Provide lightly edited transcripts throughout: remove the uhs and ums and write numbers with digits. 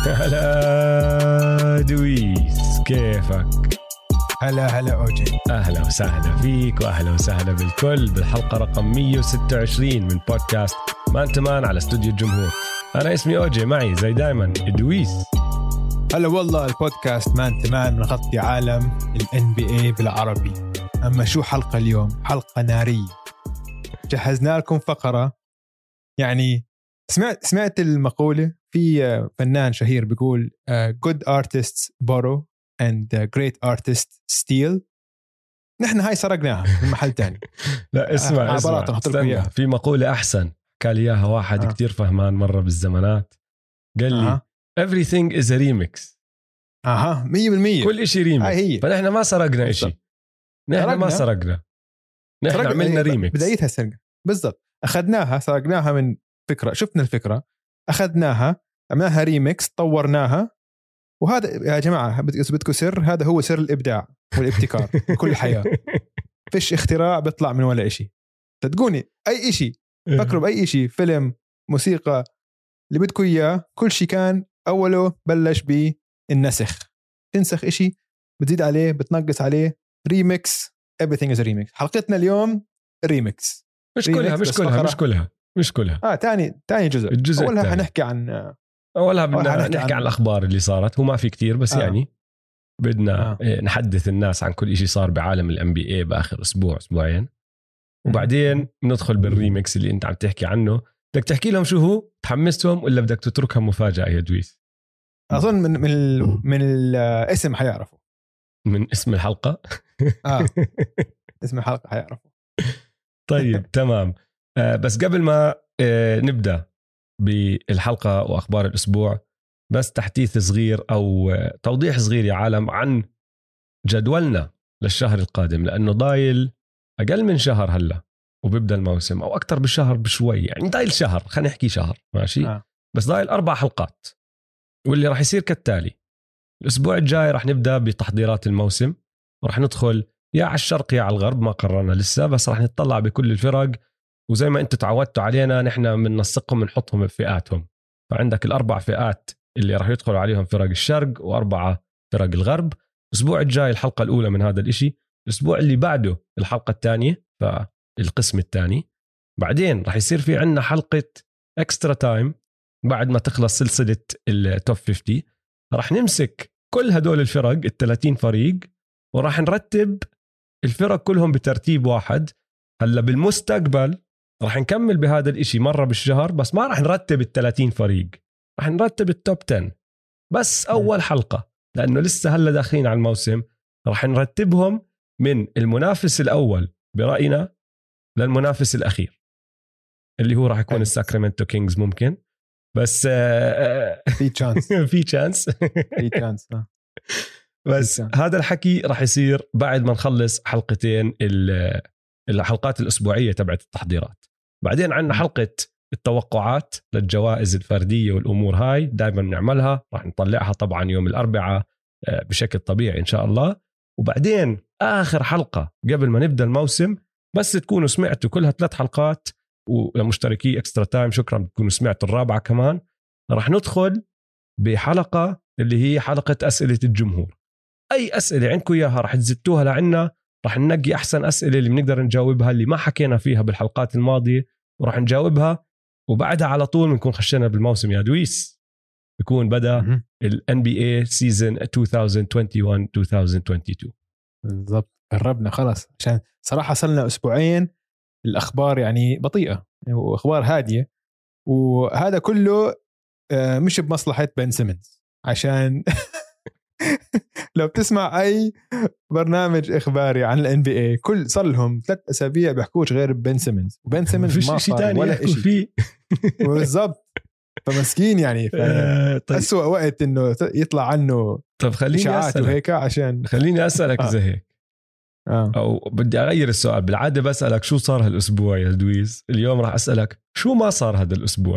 هلا دويس، كيفك؟ هلا أوجي. أهلا وسهلا فيك وأهلا وسهلا بالكل بالحلقة رقم 126 من بودكاست مان تمان على استوديو الجمهور. أنا اسمي أوجي، معي زي دايما دويس. هلا والله، البودكاست مان تمان نغطي عالم ال NBA بالعربي. أما شو حلقة اليوم؟ حلقة نارية. جهزنا لكم فقرة، يعني سمعت المقولة في فنان شهير بيقول good artists borrow and great artists steal. نحن هاي سرقناها من محل تاني. لا اسمع في مقولة أحسن قال إياها واحد كتير فهمان مرة بالزمانات، قال لي everything is a remix. 100% كل إشي ريميكس. فنحن ما سرقنا إشي، نحن ما سرقنا، نحن عملنا ريميكس. بدايتها سرقة بالضبط، أخذناها سرقناها من فكرة، شفنا الفكرة أخذناها عملناها ريميكس طورناها. وهذا يا جماعة بدكم سر، هذا هو سر الإبداع والابتكار كل الحياة. فيش اختراع بيطلع من ولا إشي. تدقوني أي إشي، فكروا بأي إشي، فيلم، موسيقى، اللي بدكم إياه، كل شيء كان أوله بلش بالنسخ. تنسخ إشي بتزيد عليه بتنقص عليه، ريميكس. everything is a remix. حلقتنا اليوم ريميكس. مش كلها تاني جزء أولها التاني. هنحكي عن أولها بدنا نحكي عن الأخبار اللي صارت، وما في كتير بس يعني بدنا نحدث الناس عن كل إشي صار بعالم ال NBA بآخر أسبوعين، وبعدين ندخل بالريميكس اللي أنت عم تحكي عنه. بدك تحكي لهم شو هو، تحمستهم ولا بدك تتركها مفاجأة يا دويس؟ أظن من الاسم حيعرفوا، من اسم الحلقة. اسم الحلقة حيعرفوا. طيب تمام. بس قبل ما نبدأ بالحلقة وأخبار الأسبوع، بس تحديث صغير أو توضيح صغير يا عالم عن جدولنا للشهر القادم، لأنه ضايل أقل من شهر هلأ وبيبدأ الموسم، أو أكتر بالشهر بشوي، يعني ضايل شهر، خلينا نحكي شهر ماشي. بس ضايل 4 حلقات، واللي راح يصير كالتالي. الأسبوع الجاي راح نبدأ بتحضيرات الموسم، وراح ندخل يا على الشرق يا على الغرب، ما قررنا لسه، بس راح نطلع بكل الفرق. وزي ما انتوا تعودتوا علينا نحن بننسقهم بنحطهم بفئاتهم. فعندك 4 فئات اللي راح يدخلوا عليهم فرق الشرق و4 فرق الغرب. الأسبوع الجاي الحلقة الأولى من هذا الاشي، الأسبوع اللي بعده الحلقة الثانية، فالقسم الثاني. بعدين راح يصير في عنا حلقة اكسترا تايم بعد ما تخلص سلسلة التوب 50. راح نمسك كل هدول الفرق 30 فريق، وراح نرتب الفرق كلهم بترتيب واحد. هلا بالمستقبل راح نكمل بهذا الاشي مرة بالشهر، بس ما راح نرتب 30 فريق، راح نرتب التوب 10 بس أول حلقة، لأنه لسه هلا داخلين على الموسم. راح نرتبهم من المنافس الأول برأينا للمنافس الأخير، اللي هو راح يكون الساكرامنتو كينجز ممكن، بس في تشانس في تشانس بس هذا الحكي راح يصير بعد ما نخلص حلقتين الحلقات الأسبوعية تبعت التحضيرات. بعدين عندنا حلقة التوقعات للجوائز الفردية والأمور هاي دائما نعملها، راح نطلعها طبعا يوم الأربعاء بشكل طبيعي إن شاء الله. وبعدين آخر حلقة قبل ما نبدأ الموسم، بس تكونوا سمعتوا كلها 3 حلقات، ولمشتركي اكسترا تايم شكرا تكونوا سمعتوا الرابعة كمان. راح ندخل بحلقة اللي هي حلقة أسئلة الجمهور. أي أسئلة عندكم إياها راح تزتوها لعنا، راح ننقي أحسن أسئلة اللي بنقدر نجاوبها اللي ما حكينا فيها بالحلقات الماضية، وراح نجاوبها. وبعدها على طول بنكون خشينا بالموسم يا دويس، بيكون بدأ ال NBA season 2021-2022 بالضبط. قربنا خلاص، عشان صراحة صلنا أسبوعين الأخبار يعني بطيئة وأخبار هادية، وهذا كله مش بمصلحة بن سيمنز. عشان لو بتسمع أي برنامج إخباري عن ال NBA كل صار لهم 3 أسابيع بيحكوش غير بن سيمنز، وبن سيمنز ما صار ولا إشي فيه. بالضبط. فمسكين يعني طيب. أسوأ وقت إنه يطلع عنه. طب خليني أسألك وهيك، عشان خليني أسألك زي هيك أو بدي أغير السؤال. بالعادة بسألك شو صار هالأسبوع يا دويس، اليوم راح أسألك شو ما صار هذا الأسبوع.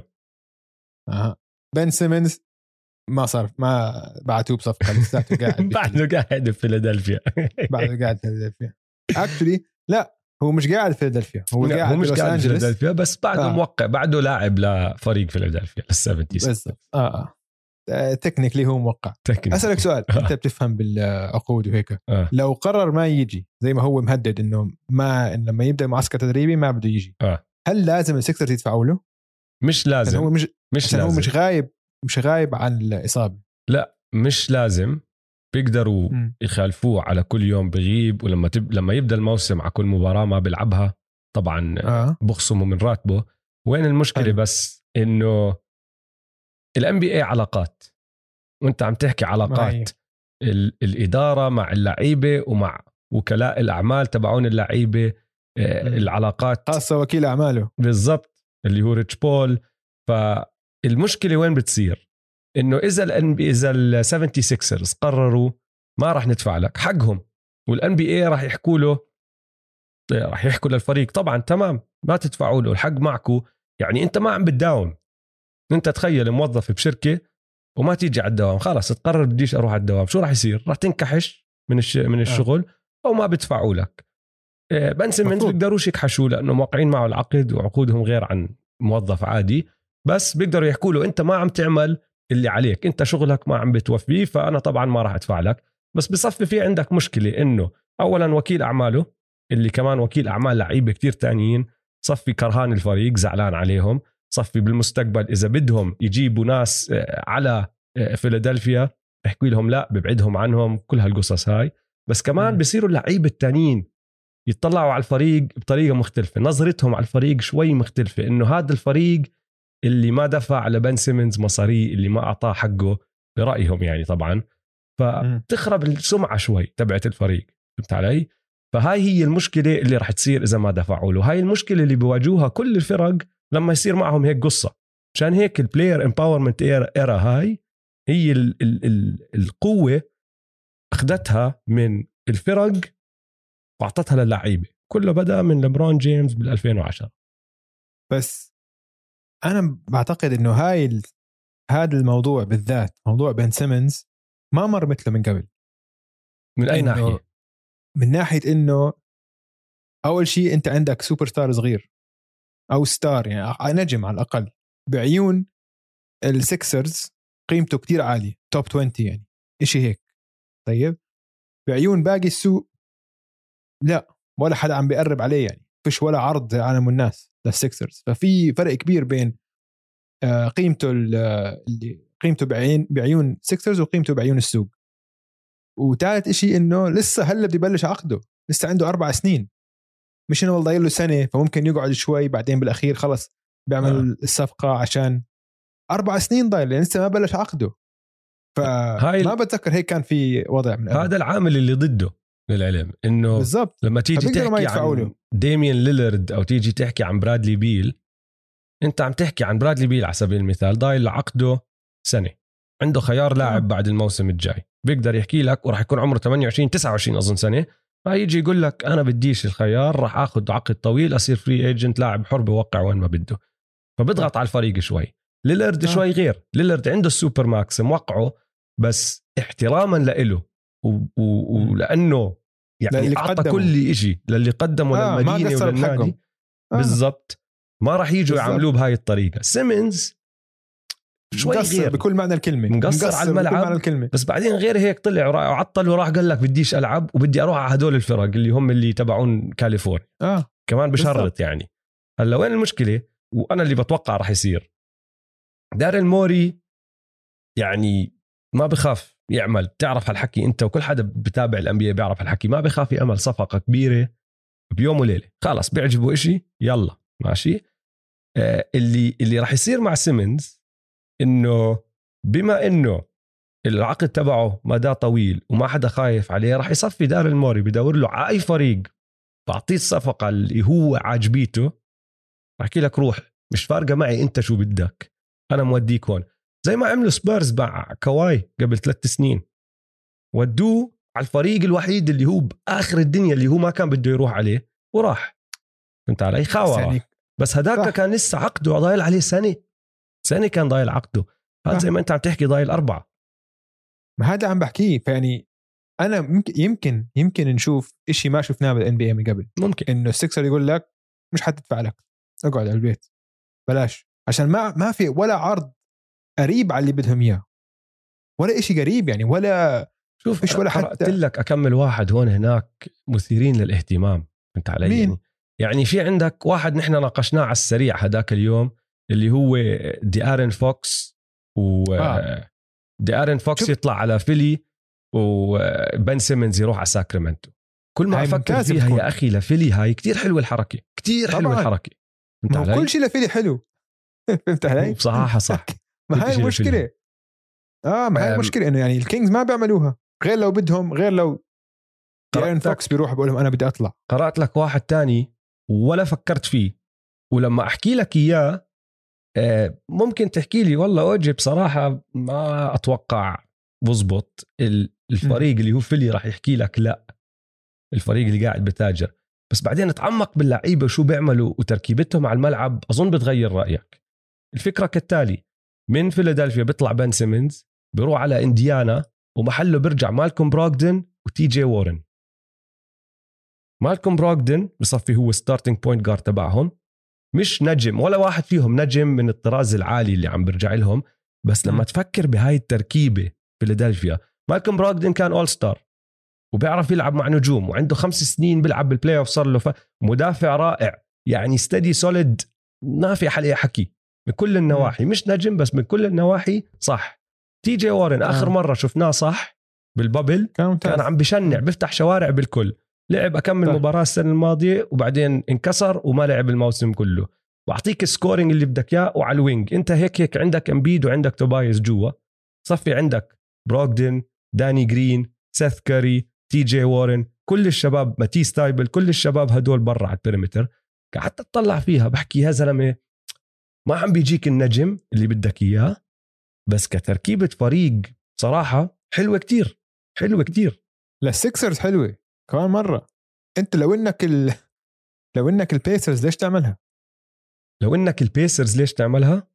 بن سيمنز ما صار، ما بعتوه بصفقة لساته قاعد بعده قاعد بفيلادلفيا. بعده قاعد بفيلادلفيا actually. لا هو مش قاعد في فيلادلفيا، هو قاعد مش بلوس قاعد أنجلس، فيلادلفيا، بس بعده موقع، بعده لاعب لفريق فيلادلفيا لل70. بالضبط. تكنيكلي هو موقع. اسالك سؤال انت بتفهم بالعقود وهيك لو قرر ما يجي زي ما هو مهدد انه ما لما يبدا معسكر تدريبي ما بده يجي هل لازم السكسرز يدفعوا له؟ مش لازم. هو مش لازم. هو مش غايب عن الاصابه. لا مش لازم. بيقدروا يخالفوه على كل يوم بغيب، ولما لما يبدا الموسم على كل مباراه ما بيلعبها طبعا بخصموا من راتبه. وين المشكله؟ بس انه الNBA علاقات، وانت عم تحكي علاقات الاداره مع اللعيبه ومع وكلاء الاعمال تبعون اللعيبه. العلاقات خاصه وكيل اعماله بالضبط اللي هو ريتش بول. فالمشكله وين بتصير؟ انه اذا ال76ers قرروا ما راح ندفع لك حقهم، والNBA راح يحكوا للفريق طبعا تمام ما تدفعوا له الحق معكم. يعني انت ما عم بتداوم. انت تخيل موظف بشركه وما تيجي على الدوام، خلاص تقرر بديش اروح على الدوام، شو راح يصير؟ راح تنكحش من الشغل او ما بدفعوا لك. بن سيمنز بيقدروش يكحشوا لانه موقعين معه العقد وعقودهم غير عن موظف عادي، بس بيقدروا يحكوا له انت ما عم تعمل اللي عليك، انت شغلك ما عم بتوفيه، فانا طبعا ما راح ادفع لك. بس بصفي في عندك مشكله انه اولا وكيل اعماله اللي كمان وكيل اعمال لعيبه كتير تانيين صفي كرهان الفريق، زعلان عليهم. صفي بالمستقبل اذا بدهم يجيبوا ناس على فيلادلفيا بحكي لهم لا، ببعدهم عنهم، كل هالقصص هاي. بس كمان بيصيروا اللعيبه التانيين يطلعوا على الفريق بطريقه مختلفه، نظرتهم على الفريق شوي مختلفه، انه هذا الفريق اللي ما دفع لبن سيمنز مصاري، اللي ما اعطاه حقه برايهم يعني طبعا. فتخرب السمعه شوي تبعت الفريق. فهمت علي؟ فهاي هي المشكله اللي راح تصير اذا ما دفعوا له. هاي المشكله اللي بيواجهوها كل الفرق لما يصير معهم هيك قصه. عشان هيك البلاير امباورمنت ايرا هاي هي القوه اخذتها من الفرق واعطتها للعيبه. كله بدا من لبرون جيمس بال2010. بس انا بعتقد انه هذا الموضوع بالذات، موضوع بن سيمنز ما مر مثله من قبل. من اي ناحيه؟ من ناحيه انه اول شيء انت عندك سوبر ستار صغير او ستار، يعني نجم على الاقل بعيون السكسرز قيمته كتير عاليه، توب 20 يعني اشي هيك. طيب بعيون باقي السوق لا، ولا حدا عم بيقرب عليه، يعني فيش ولا عرض زي عالم الناس للسكسرز. ففي فرق كبير بين قيمته اللي قيمته بعيون سكسرز وقيمته بعيون السوق. وثالث اشي انه لسه هلا بده يبلش عقده، لسه عنده 4 سنين، مش انه والله ضايل له سنه فممكن يقعد شوي بعدين بالاخير خلص بيعمل الصفقه. عشان 4 سنين ضايل يعني لسه ما بلش عقده. فما بتذكر هيك كان في وضع من هذا العامل اللي ضده للعلم، انه بالضبط لما تيجي تحكي عن ديميان ليلرد او تيجي تحكي عن برادلي بيل، انت عم تحكي عن برادلي بيل على سبيل المثال ضايل عقده سنه، عنده خيار لاعب بعد الموسم الجاي، بيقدر يحكي لك وراح يكون عمره 28 29 اظن سنه، فيجي يقول لك انا بديش الخيار، راح اخذ عقد طويل، اصير فري ايجنت، لاعب حر بوقع وين ما بده. فبضغط على الفريق شوي. ليلرد شوي غير، ليلرد عنده السوبر ماكس موقعه، بس احتراما لإله ولانه يعني اعطى كل شيء للي قدمه للمدينه وللنادي بالضبط. ما راح يجوا يعاملوه بهاي الطريقه. سيمنز شوي غير بكل معنى الكلمه، مقصر على الملعب، بس بعدين غير هيك طلع وعطل وراح قال لك بديش العب وبدي اروح على هدول الفرق اللي هم اللي تبعون كاليفورنيا. كمان بشرط يعني. هلا وين المشكله؟ وانا اللي بتوقع راح يصير داريل موري يعني ما بخاف يعمل، تعرف هالحكي انت وكل حدا بتابع الانبياء بيعرف هالحكي، ما بخاف يعمل صفقه كبيره بيوم وليله، خلاص بيعجبه إشي يلا ماشي. اللي راح يصير مع سيمنز انه بما انه العقد تبعه مدى طويل وما حدا خايف عليه، راح يصفي داريل موري بدور له على اي فريق بعطيه الصفقه اللي هو عاجبيته، بحكي لك روح مش فارقه معي انت شو بدك، انا موديك هون. زي ما عملوا سبيرز مع كواي قبل 3 سنين، ودوه على الفريق الوحيد اللي هو بآخر الدنيا اللي هو ما كان بده يروح عليه وراح. فهمت علي؟ خاوة. بس هداك كان لسه عقده ضايل عليه سنة كان ضايل عقده. هذا زي ما انت عم تحكي ضايل 4. ما هذا عم بحكيه. فيعني انا يمكن نشوف إشي ما شفناه بالان بي اي من قبل. ممكن انه السكسر يقول لك مش حتدفع لك، اقعد على البيت بلاش، عشان ما في ولا عرض قريب على اللي بدهم اياه. ولا إشي قريب يعني، ولا شوف مش ولا قرأت حتى لك أكمل واحد هون هناك مثيرين للاهتمام. فهمت علي؟ مين؟ يعني في عندك واحد نحن ناقشناه على السريع هداك اليوم اللي هو دي آرين فوكس دي آرين فوكس يطلع على فيلي وبن سيمنز يروح على ساكرامنتو. كل ما أفكر فيها يا أخي لفيلي هاي كتير حلوة الحركة، كتير حلوة الحركة. فهمت علي؟ كل شيء لفيلي حلو. فهمت علي؟ بصراحة صح. ما هاي المشكلة. ما هاي المشكلة إنه يعني الكينجز ما بيعملوها غير لو بدهم، غير لو آرين فوكس بيروح بقول لهم أنا بدي أطلع. قرأت لك واحد تاني ولا فكرت فيه، ولما أحكي لك إياه ممكن تحكي لي والله أوجي بصراحة ما أتوقع بزبط. الفريق اللي هو فيلي راح يحكي لك لا، الفريق اللي قاعد بتاجر. بس بعدين اتعمق باللعيبة وشو بيعملوا وتركيبتهم على الملعب، أظن بتغير رأيك. الفكرة كالتالي: من فيلادلفيا بيطلع بن سيمنز بيروح على إنديانا، ومحله برجع مالكوم براغدن وتي جي وارن. مالكوم براغدن بصفي هو ستارتنج بوينت جارد تبعهم، مش نجم ولا واحد فيهم نجم من الطراز العالي اللي عم برجع لهم. بس لما تفكر بهاي التركيبة فيلادلفيا، مالكوم براغدن كان أول ستار وبيعرف يلعب مع نجوم، وعنده 5 سنين بيلعب بالبلاي اوف، صار له مدافع رائع يعني، ستدي سوليد، ما في عليه حكي من كل النواحي. مش نجم بس من كل النواحي صح. تي جي وارن آخر مرة شفناه صح بالبابل كان عم بشنع بيفتح شوارع بالكل. لعب أكمل مباراة السنة الماضية وبعدين انكسر وما لعب الموسم كله. واعطيك السكورينج اللي بدك اياه، وعلى الوينج انت هيك عندك امبيد وعندك توبايس جوا، صفي عندك براغدن، داني جرين، سيث كاري، تي جي وارن، كل الشباب، ماتيس تايبل، كل الشباب هدول برا على البريمتر. قعدت تطلع فيها بحكي يا زلمة ما عم بيجيك النجم اللي بدك إياه، بس كتركيبة فريق صراحة حلوة كتير، حلوة كتير. للسيكسرز حلوة كمان مرة. انت لو انك البيسرز ليش تعملها؟ لو انك البيسرز ليش تعملها؟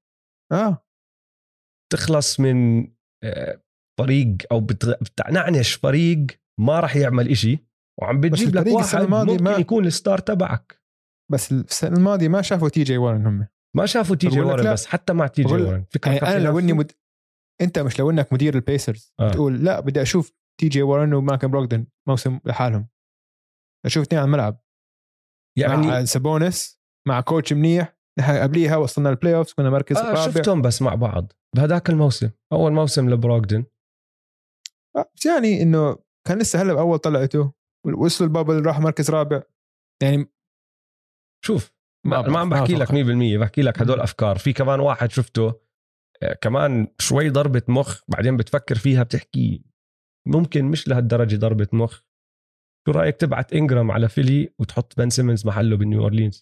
تخلص من فريق او بتعنعنش فريق ما راح يعمل إشي، وعم بتجيب لك واحد ممكن يكون الستار تبعك. بس السنة الماضية ما شافوا تي جي وارن، هم ما شافوا تي جي وارن. بس حتى مع تي جي وارن يعني انا لو اني انت مش لو انك مدير البيسرز تقول لا بدي اشوف تي جي وارن ومالكوم براغدن موسم لحالهم، اشوف اثنين على الملعب يعني مع سابونس مع كوتش منيح. نحن قبليها وصلنا البلاي اوفز كنا مركز رابع، شفتهم بس مع بعض بهداك الموسم، اول موسم لبراغدن. بس يعني انه كان لسه هلا باول طلعته وصلوا البابل راح مركز رابع يعني. شوف ما عم بحكي لك 100%، بحكي لك هدول افكار. في كمان واحد شفته كمان شوي ضربة مخ، بعدين بتفكر فيها بتحكي ممكن مش لهالدرجة ضربة مخ. شو رأيك تبعت إنجرام على فيلي وتحط بن سيمنز محله بالنيو أورلينز؟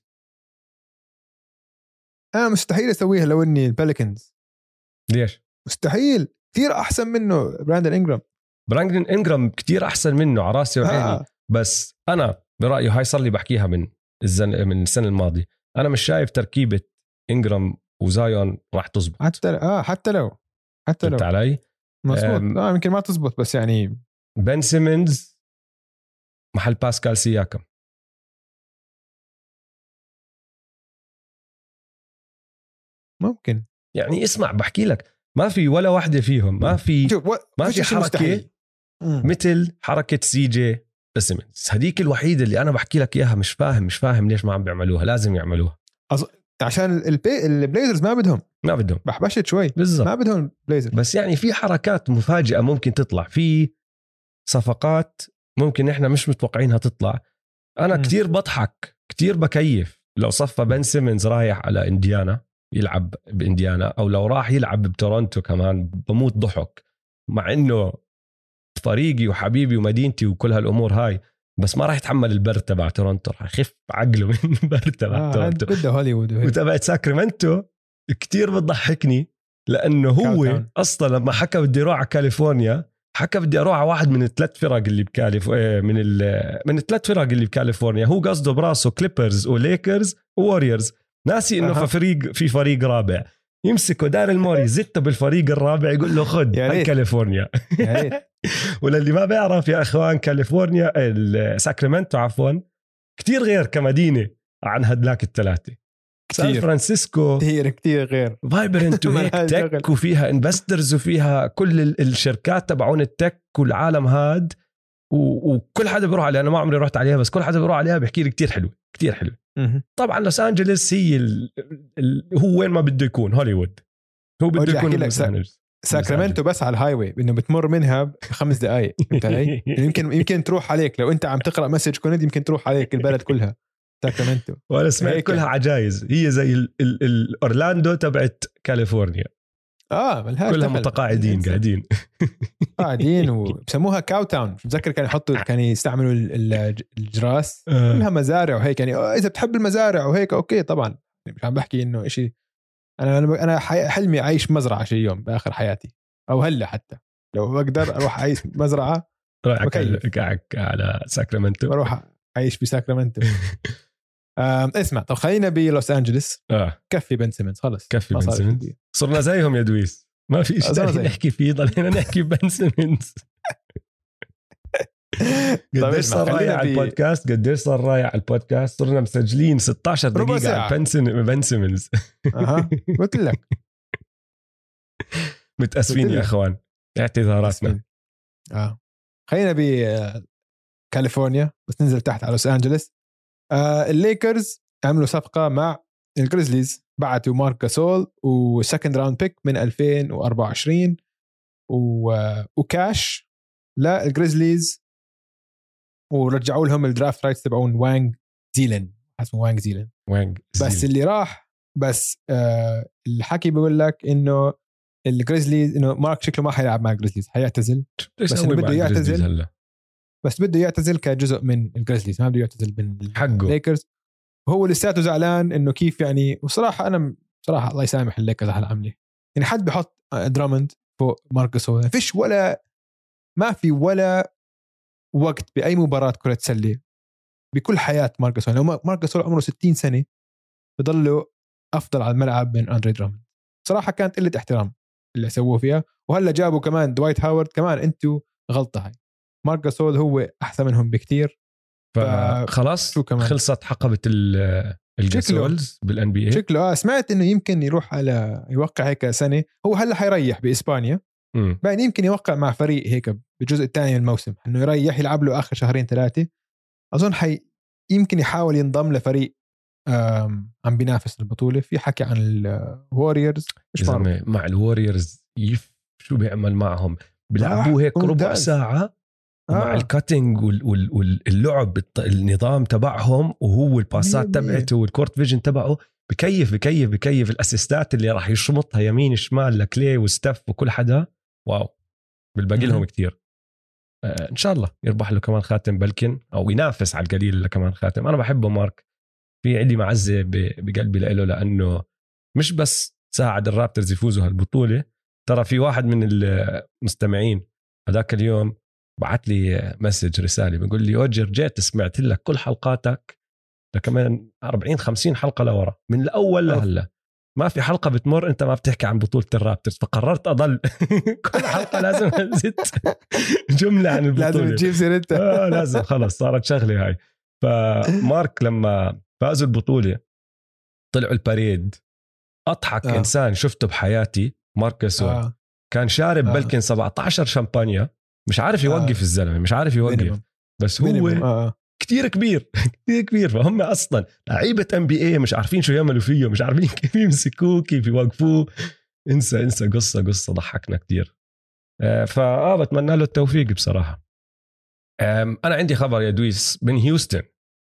أنا مستحيل أسويها لو إني الباليكنز. ليش؟ مستحيل، كتير أحسن منه براندن إنجرام كتير أحسن منه على راسي وعيني. بس أنا برأيي هاي صار لي بحكيها من السنة الماضية، أنا مش شايف تركيبة إنجرام وزايون راح تزبط. حتى لو انت علي مظبوط. يمكن ما تزبط، بس يعني بن سيمنز محل باسكال سياكم. ممكن يعني اسمع بحكي لك ما في ولا واحدة فيهم ما في حركة مثل حركة سي جي سيمنز. هديك الوحيدة اللي أنا بحكي لك إياها. مش فاهم ليش ما عم بيعملوها. لازم يعملوها عشان البليزرز ما بدهم بحبشت شوي بالزبط. ما بدهم بليزرز. بس يعني في حركات مفاجئة ممكن تطلع، في صفقات ممكن إحنا مش متوقعينها تطلع. أنا كتير بضحك كتير بكيف لو صفى بن سيمنز رايح على إنديانا يلعب بإنديانا، أو لو راح يلعب بتورونتو كمان بموت ضحك، مع إنه فريقي وحبيبي ومدينتي وكل هالأمور هاي. بس ما راح يتحمل البرد تبع تورونتو، راح يخف عقله من البرد تبع تورونتو. بده هوليوود وتبعت ساكرامنتو كتير بتضحكني، لأنه هو أصلا لما حكى بدي أروح على كاليفورنيا حكى بدي أروح على واحد من الثلاث فرق اللي من الثلاث فرق اللي بكاليفورنيا. هو قصده براسه كليبرز وليكرز ووريورز، ناسي إنه في فريق رابع. يمسكه دار الموري زته بالفريق الرابع يقول له خد هاي كاليفورنيا. وللي ما بيعرف يا اخوان، كاليفورنيا ساكرامنتو عفوا كتير غير كمدينة عن هدلاك الثلاثة. سان فرانسيسكو كتير غير فايبرنت وهيك تك وفيها انفسترز وفيها كل الشركات تبعون التك والعالم هاد وكل حدا بيروح عليها. انا ما عمري رحت عليها بس كل حدا بيروح عليها بيحكي لي كتير حلو كتير حلو. طبعا لوس أنجلس هي هو وين ما بده يكون هوليوود. هو بده يكون لوس أنجلس. ساكرامنتو بس على الهاي واي انه بتمر منها ب5 دقائق انت علي. يمكن تروح عليك لو انت عم تقرا مسج كونيد يمكن تروح عليك البلد كلها ساكرامنتو. وانا سمعت كلها عجايز هي زي اورلاندو تبعت كاليفورنيا. كلها متقاعدين قاعدين وبسموها كاو تاون. مش متذكر كان يحطوا كان يستعملوا الجراس كلها مزارع وهيك يعني اذا بتحب المزارع وهيك اوكي طبعا. مش عم بحكي انه إشي انا حلمي اعيش مزرعه شي يوم باخر حياتي او هلا حتى لو بقدر اروح اعيش مزرعه. رايك على ساكرامنتو بروح اعيش بساكرامنتو. اسمع طب خلينا بلوس أنجلس. كفي بن سيمنز خلص كفي بن سيمنز صرنا زيهم يا دويس ما في شيء نحكي فيه ضلينا نحكي بن سيمنز. قديش صار رايح على البودكاست قديش صار رايح على البودكاست صرنا مسجلين 16 دقيقة على بن سيمنز. قلت لك متأسفين يا أخوان اعتذاراتنا. خلينا بكاليفورنيا بس ننزل تحت على لوس أنجلس. الليكرز عملوا صفقة مع الجريزليز بعتوا مارك جاسول وسكند راوند بيك من 2024 وكاش للجريزليز ورجعوا لهم الدرافت رايتس تبعون وانغ زيلن. اسمه وانغ زيلن. بس اللي راح بس الحكي بيقول لك انه الجريزليز انه مارك شكله ما حيلعب مع الجريزليز حيعتزل. بس بده يعتزل هلا بس بده يعتزل كجزء من الجريزليز ما بده يعتزل من الليكرز. وهو لساته زعلان انه كيف يعني. وصراحه انا صراحه الله يسامح الليكرز على العمله يعني حد بحط دراموند فوق ماركوس هو فيش ولا ما في ولا وقت باي مباراه كره سله بكل حياه ماركوس. لو ماركوس عمره 60 سنه بضله افضل على الملعب من اندري دراموند. صراحه كانت قله احترام اللي سووه فيها. وهلا جابوا كمان دوايت هاورد كمان انتوا غلطه. هاي مارك جاسول هو احسن منهم بكتير. فخلاص خلصت حقبه الجاسولز بالان بي اي شكله. سمعت انه يمكن يروح على يوقع هيك سنه. هو هلا حيريح باسبانيا بعدين يمكن يوقع مع فريق هيك بالجزء الثاني من الموسم انه يريح يلعب له اخر 2-3 اظن. يمكن يحاول ينضم لفريق عم بينافس البطوله. في حكي عن الواريورز مع الواريورز شو بيعمل معهم بيلعبوه هيك ربع ساعه مع الكاتنج واللعب النظام تبعهم وهو الباسات تبعته والكورت فيجن تبعه بكيف الاسيستات اللي راح يشمطها يمين شمال لكلي وستف وكل حدا. واو بالباقي لهم كتير. ان شاء الله يربح له كمان خاتم بلكن او ينافس على القليل كمان خاتم. انا بحبه مارك في عندي معزه بقلبي له لانه مش بس ساعد الرابترز يفوزوا هالبطوله. ترى في واحد من المستمعين هذاك اليوم بعت لي مسج رساله بيقول لي اوجر جيت سمعت لك كل حلقاتك لكمان 40-50 حلقه لورا من الاول لهلا ما في حلقه بتمر انت ما بتحكي عن بطوله الرابترز. فقررت اضل كل حلقه لازم ازيد جمله عن البطوله لازم تجيب سيرتها. لازم خلص صارت شغله هاي. فمارك لما فازوا البطوله طلعوا الباريد اضحك انسان شفته بحياتي. ماركوس كان شارب بلكن 17 شامبانيا مش عارف يوقف الزلمه مش عارف يوقف بس هو كتير كبير كتير كبير. فهم اصلا لعيبه NBA مش عارفين شو يعملوا فيه مش عارفين كيف يمسكوه كيف يوقفوه. انسى قصه ضحكنا كتير. بتمنى له التوفيق بصراحه. انا عندي خبر يا دويس من هيوستن.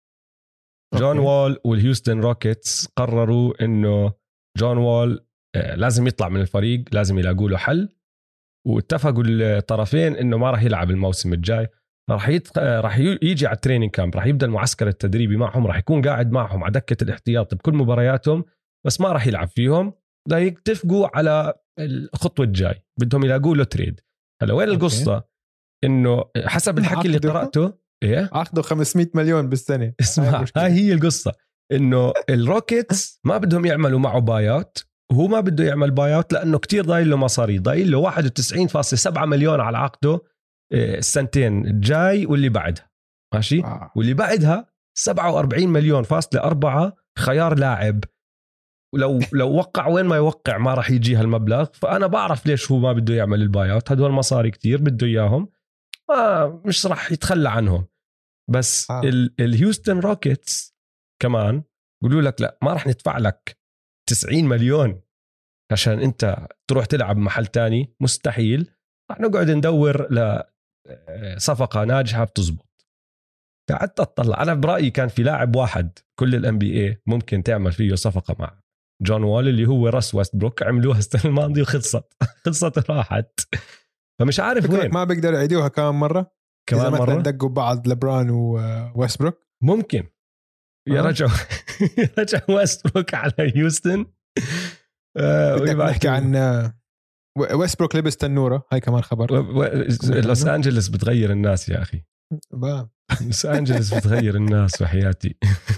جون وول والهيوستن روكيتس قرروا انه جون وول لازم يطلع من الفريق لازم يلاقوا له حل. واتفقوا الطرفين انه ما راح يلعب الموسم الجاي. راح يجي على التريننج كامب راح يبدا المعسكر التدريبي معهم راح يكون قاعد معهم على دكه الاحتياط بكل مبارياتهم بس ما راح يلعب فيهم. لا يتفقوا على الخطوه الجاي بدهم يلاقوا له تريد. هلا وين القصه انه حسب الحكي اللي قراته اخذوا 500 مليون بالسنه. اسمع هاي هي القصه انه الروكيتس ما بدهم يعملوا معه بايات وهو ما بده يعمل بايات لانه كتير ضايل له مصاري. ضايل له 91.7 مليون على عقده السنتين الجاي واللي بعدها ماشي واللي بعدها 47 مليون فاصلة 4 خيار لاعب لو وقع وين ما يوقع ما راح يجي هالمبلغ. فانا بعرف ليش هو ما بده يعمل الباي اوت. هدول مصاري كتير بده اياهم، مش راح يتخلى عنهم. بس الهيوستن روكيتس كمان يقولوا لك لا، ما راح ندفع لك 90 مليون عشان انت تروح تلعب محل تاني، مستحيل. راح نقعد ندور لصفقة ناجحة بتزبط. قعدت اطلع، انا برأيي كان في لاعب واحد كل الام بي اي ممكن تعمل فيه صفقة مع جون وول، اللي هو راس ويستبروك. عملوها السنة الماضية وخلصت راحت. فمش عارف وين. ما بيقدر يعيدوها كمان مرة كمان إذا مرة دقوا بعض لبران وويستبروك. ممكن رجعوا ويستبروك على هيوستن. بدك نحكي عن ويستبروك لبس تنورة، هاي كمان خبر. لوس أنجلس بتغير الناس يا أخي. لوس أنجلس بتغير الناس وحياتي.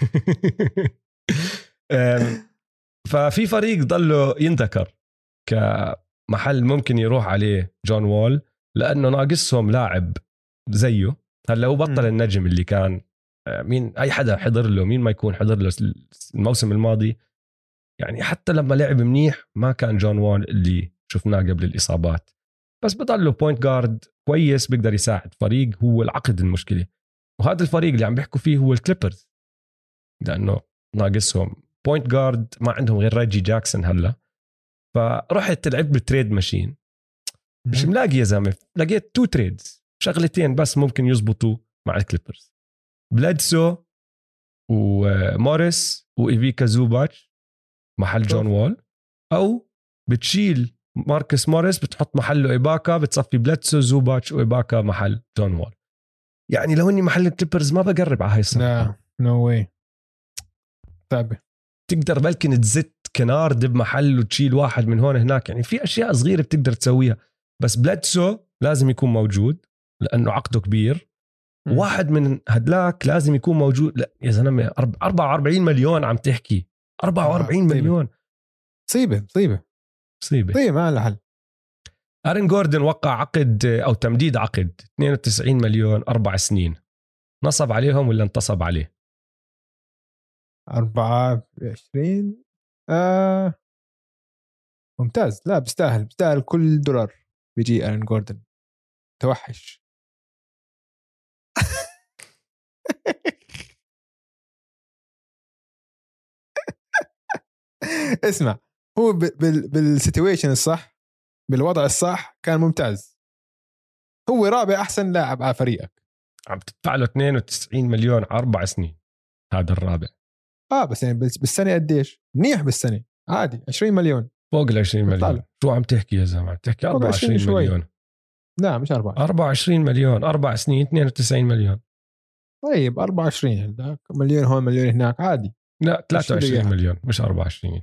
ففي فريق ضله ينذكر كمحل ممكن يروح عليه جون وول، لأنه ناقصهم لاعب زيه. هلا هو بطل النجم اللي كان، مين أي حدا حضر له، مين ما يكون حضر له الموسم الماضي يعني، حتى لما لعب منيح ما كان جون وول اللي شفناه قبل الإصابات. بس بضله بوينت جارد كويس بيقدر يساعد فريق. هو العقد المشكلة، وهذا الفريق اللي عم بيحكوا فيه هو الكليبرز، لأنه ناقصهم بوينت جارد، ما عندهم غير ريجي جاكسون هلا. فرحت لعبت بالتريد ماشين، مش ملاقي يا زلمة. لقيت 2 تريدز، شغلتين بس ممكن يزبطوا مع الكليبرز: بلادسو وموريس وإيفيكا زوباتش محل جون وول، أو بتشيل ماركس موريس بتحط محله إيباكا، بتصفي بلادسو زوباتش وإيباكا محل جون وول. يعني لو إني محل الكليبرز ما بقرب على هاي الصفقة. لا نو واي. طيب تقدر بلكن تزت كنارد بمحل وتشيل واحد من هون هناك، يعني في أشياء صغيرة بتقدر تسويها. بس بلادسو لازم يكون موجود لأنه عقده كبير. واحد من هدلاك لازم يكون موجود. لا يا زلمة، 44 مليون عم تحكي، 44 مليون. صيبة ما له حل. آرين جوردن وقع عقد أو تمديد عقد 92 مليون 4 سنين. نصب عليهم ولا انتصب عليه؟ 24 ممتاز. لا بيستاهل كل دولار بيجي آرين جوردن. توحش. اسمع، هو بالسيتويشن الصح، بالوضع الصح كان ممتاز. هو رابع أحسن لاعب على فريقك، عم تدفع له 92 مليون 4 سنين. هذا الرابع. بس يعني بالسنة قديش منيح؟ بالسنة عادي 20 مليون، فوق ال 20 مليون. شو عم تحكي يا زلمة؟ عم تحكي 24 مليون. لا مش 24 مليون 4 سنين 92 مليون. طيب 24 هذاك مليون هون مليون هناك عادي. لا 23 مليون مش 24.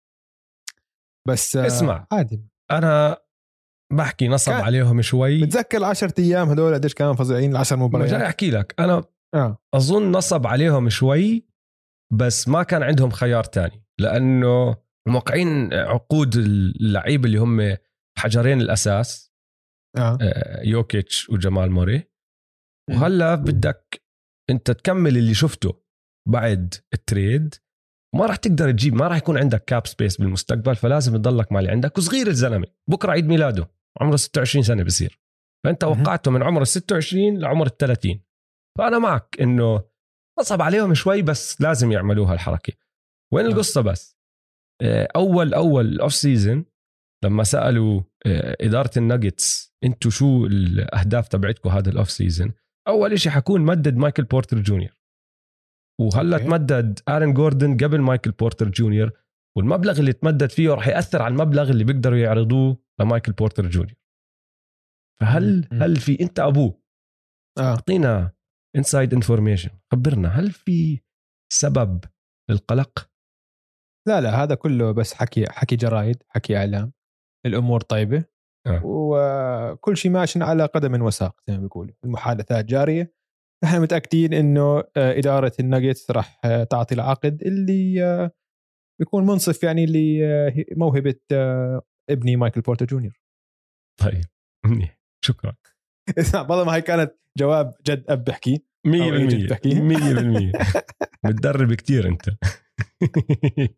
بس اسمع عادي. أنا بحكي نصب عليهم شوي. بتذكر 10 أيام هدول قديش كانوا فظيعين، 10 مباريات. جاي أحكي لك أنا أظن نصب عليهم شوي، بس ما كان عندهم خيار تاني، لأنه موقعين عقود اللعيبة اللي هم حجرين الأساس، يوكيتش وجمال موري. وهلا بدك أنت تكمل اللي شفته بعد التريد، ما راح تقدر تجيب، ما راح يكون عندك كاب سبيس بالمستقبل، فلازم تضلك مع اللي عندك. وصغير الزلمة، بكرة عيد ميلاده، عمره 26 سنة بصير، فأنت وقعته من عمر 26 لعمر 30. فأنا معك إنه نصب عليهم شوي، بس لازم يعملوها الحركة. وين القصة؟ بس أول أوف سيزن لما سألوا إدارة الناجتس أنتوا شو الأهداف تبعتكم هذا الأوف سيزن، أول إشي حكون مدد مايكل بورتر جونيور، وهلا تمدد آرين جوردن قبل مايكل بورتر جونيور، والمبلغ اللي تمدد فيه رح يأثر على المبلغ اللي بيقدروا يعرضوه لمايكل بورتر جونيور. فهل في أنت أبوه أعطينا inside information، خبرنا هل في سبب للقلق؟ لا هذا كله بس حكي جرايد، حكي إعلام. الأمور طيبة وكل شيء ماشي على قدم وساق زي ما بيقولوا، المحادثات جارية. نحن متأكدين إنه إدارة الناجتس راح تعطي العقد اللي بيكون منصف يعني لموهبة ابني مايكل بورتر جونيور. طيب شكرا. اسمع والله ما هي كانت جواب جد أب بحكي 100%. 100% متدرب كتير أنت.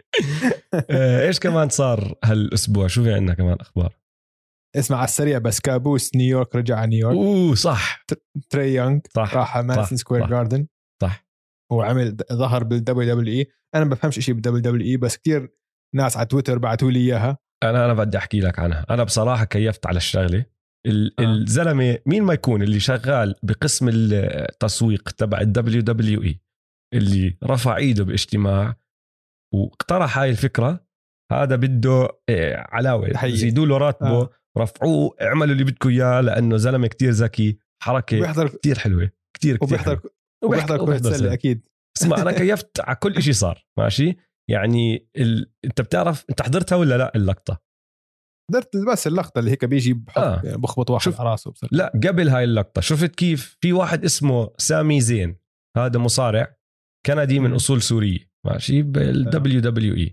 ايش كمان صار هالاسبوع؟ شو في عندنا كمان اخبار؟ اسمع على السريع بس، كابوس نيويورك رجع على نيويورك. صح. تري يونغ صح. راح ماديسون سكوير جاردن. صح. وعمل ظهر بالدبليو دبليو اي. انا ما بفهمش شيء بالدبليو دبليو اي، بس كتير ناس على تويتر بعثوا لي اياها. انا بدي احكي لك عنها. انا بصراحه كيفت على الشغله. الزلمه مين ما يكون اللي شغال بقسم التسويق تبع الدبليو دبليو اي اللي رفع ايده باجتماع واقترح هاي الفكره، هذا بده علاوه، يزيدوا له راتبه، رفعوه، اعملوا اللي بدكم اياه، لانه زلمه كتير ذكي، حركه كتير حلوه، كتير وبيحضر كرة السلة اكيد. اسمع انا كيفت على كل شيء صار ماشي. يعني انت بتعرف انت حضرتها ولا لا اللقطه؟ حضرت بس اللقطه اللي هيك بيجي بحط يعني بخبط واحد على راسه بصراحة. لا قبل هاي اللقطه شفت كيف في واحد اسمه سامي زين، هذا مصارع كندي من اصول سوريه ماشي بالدبليو دبليو اي،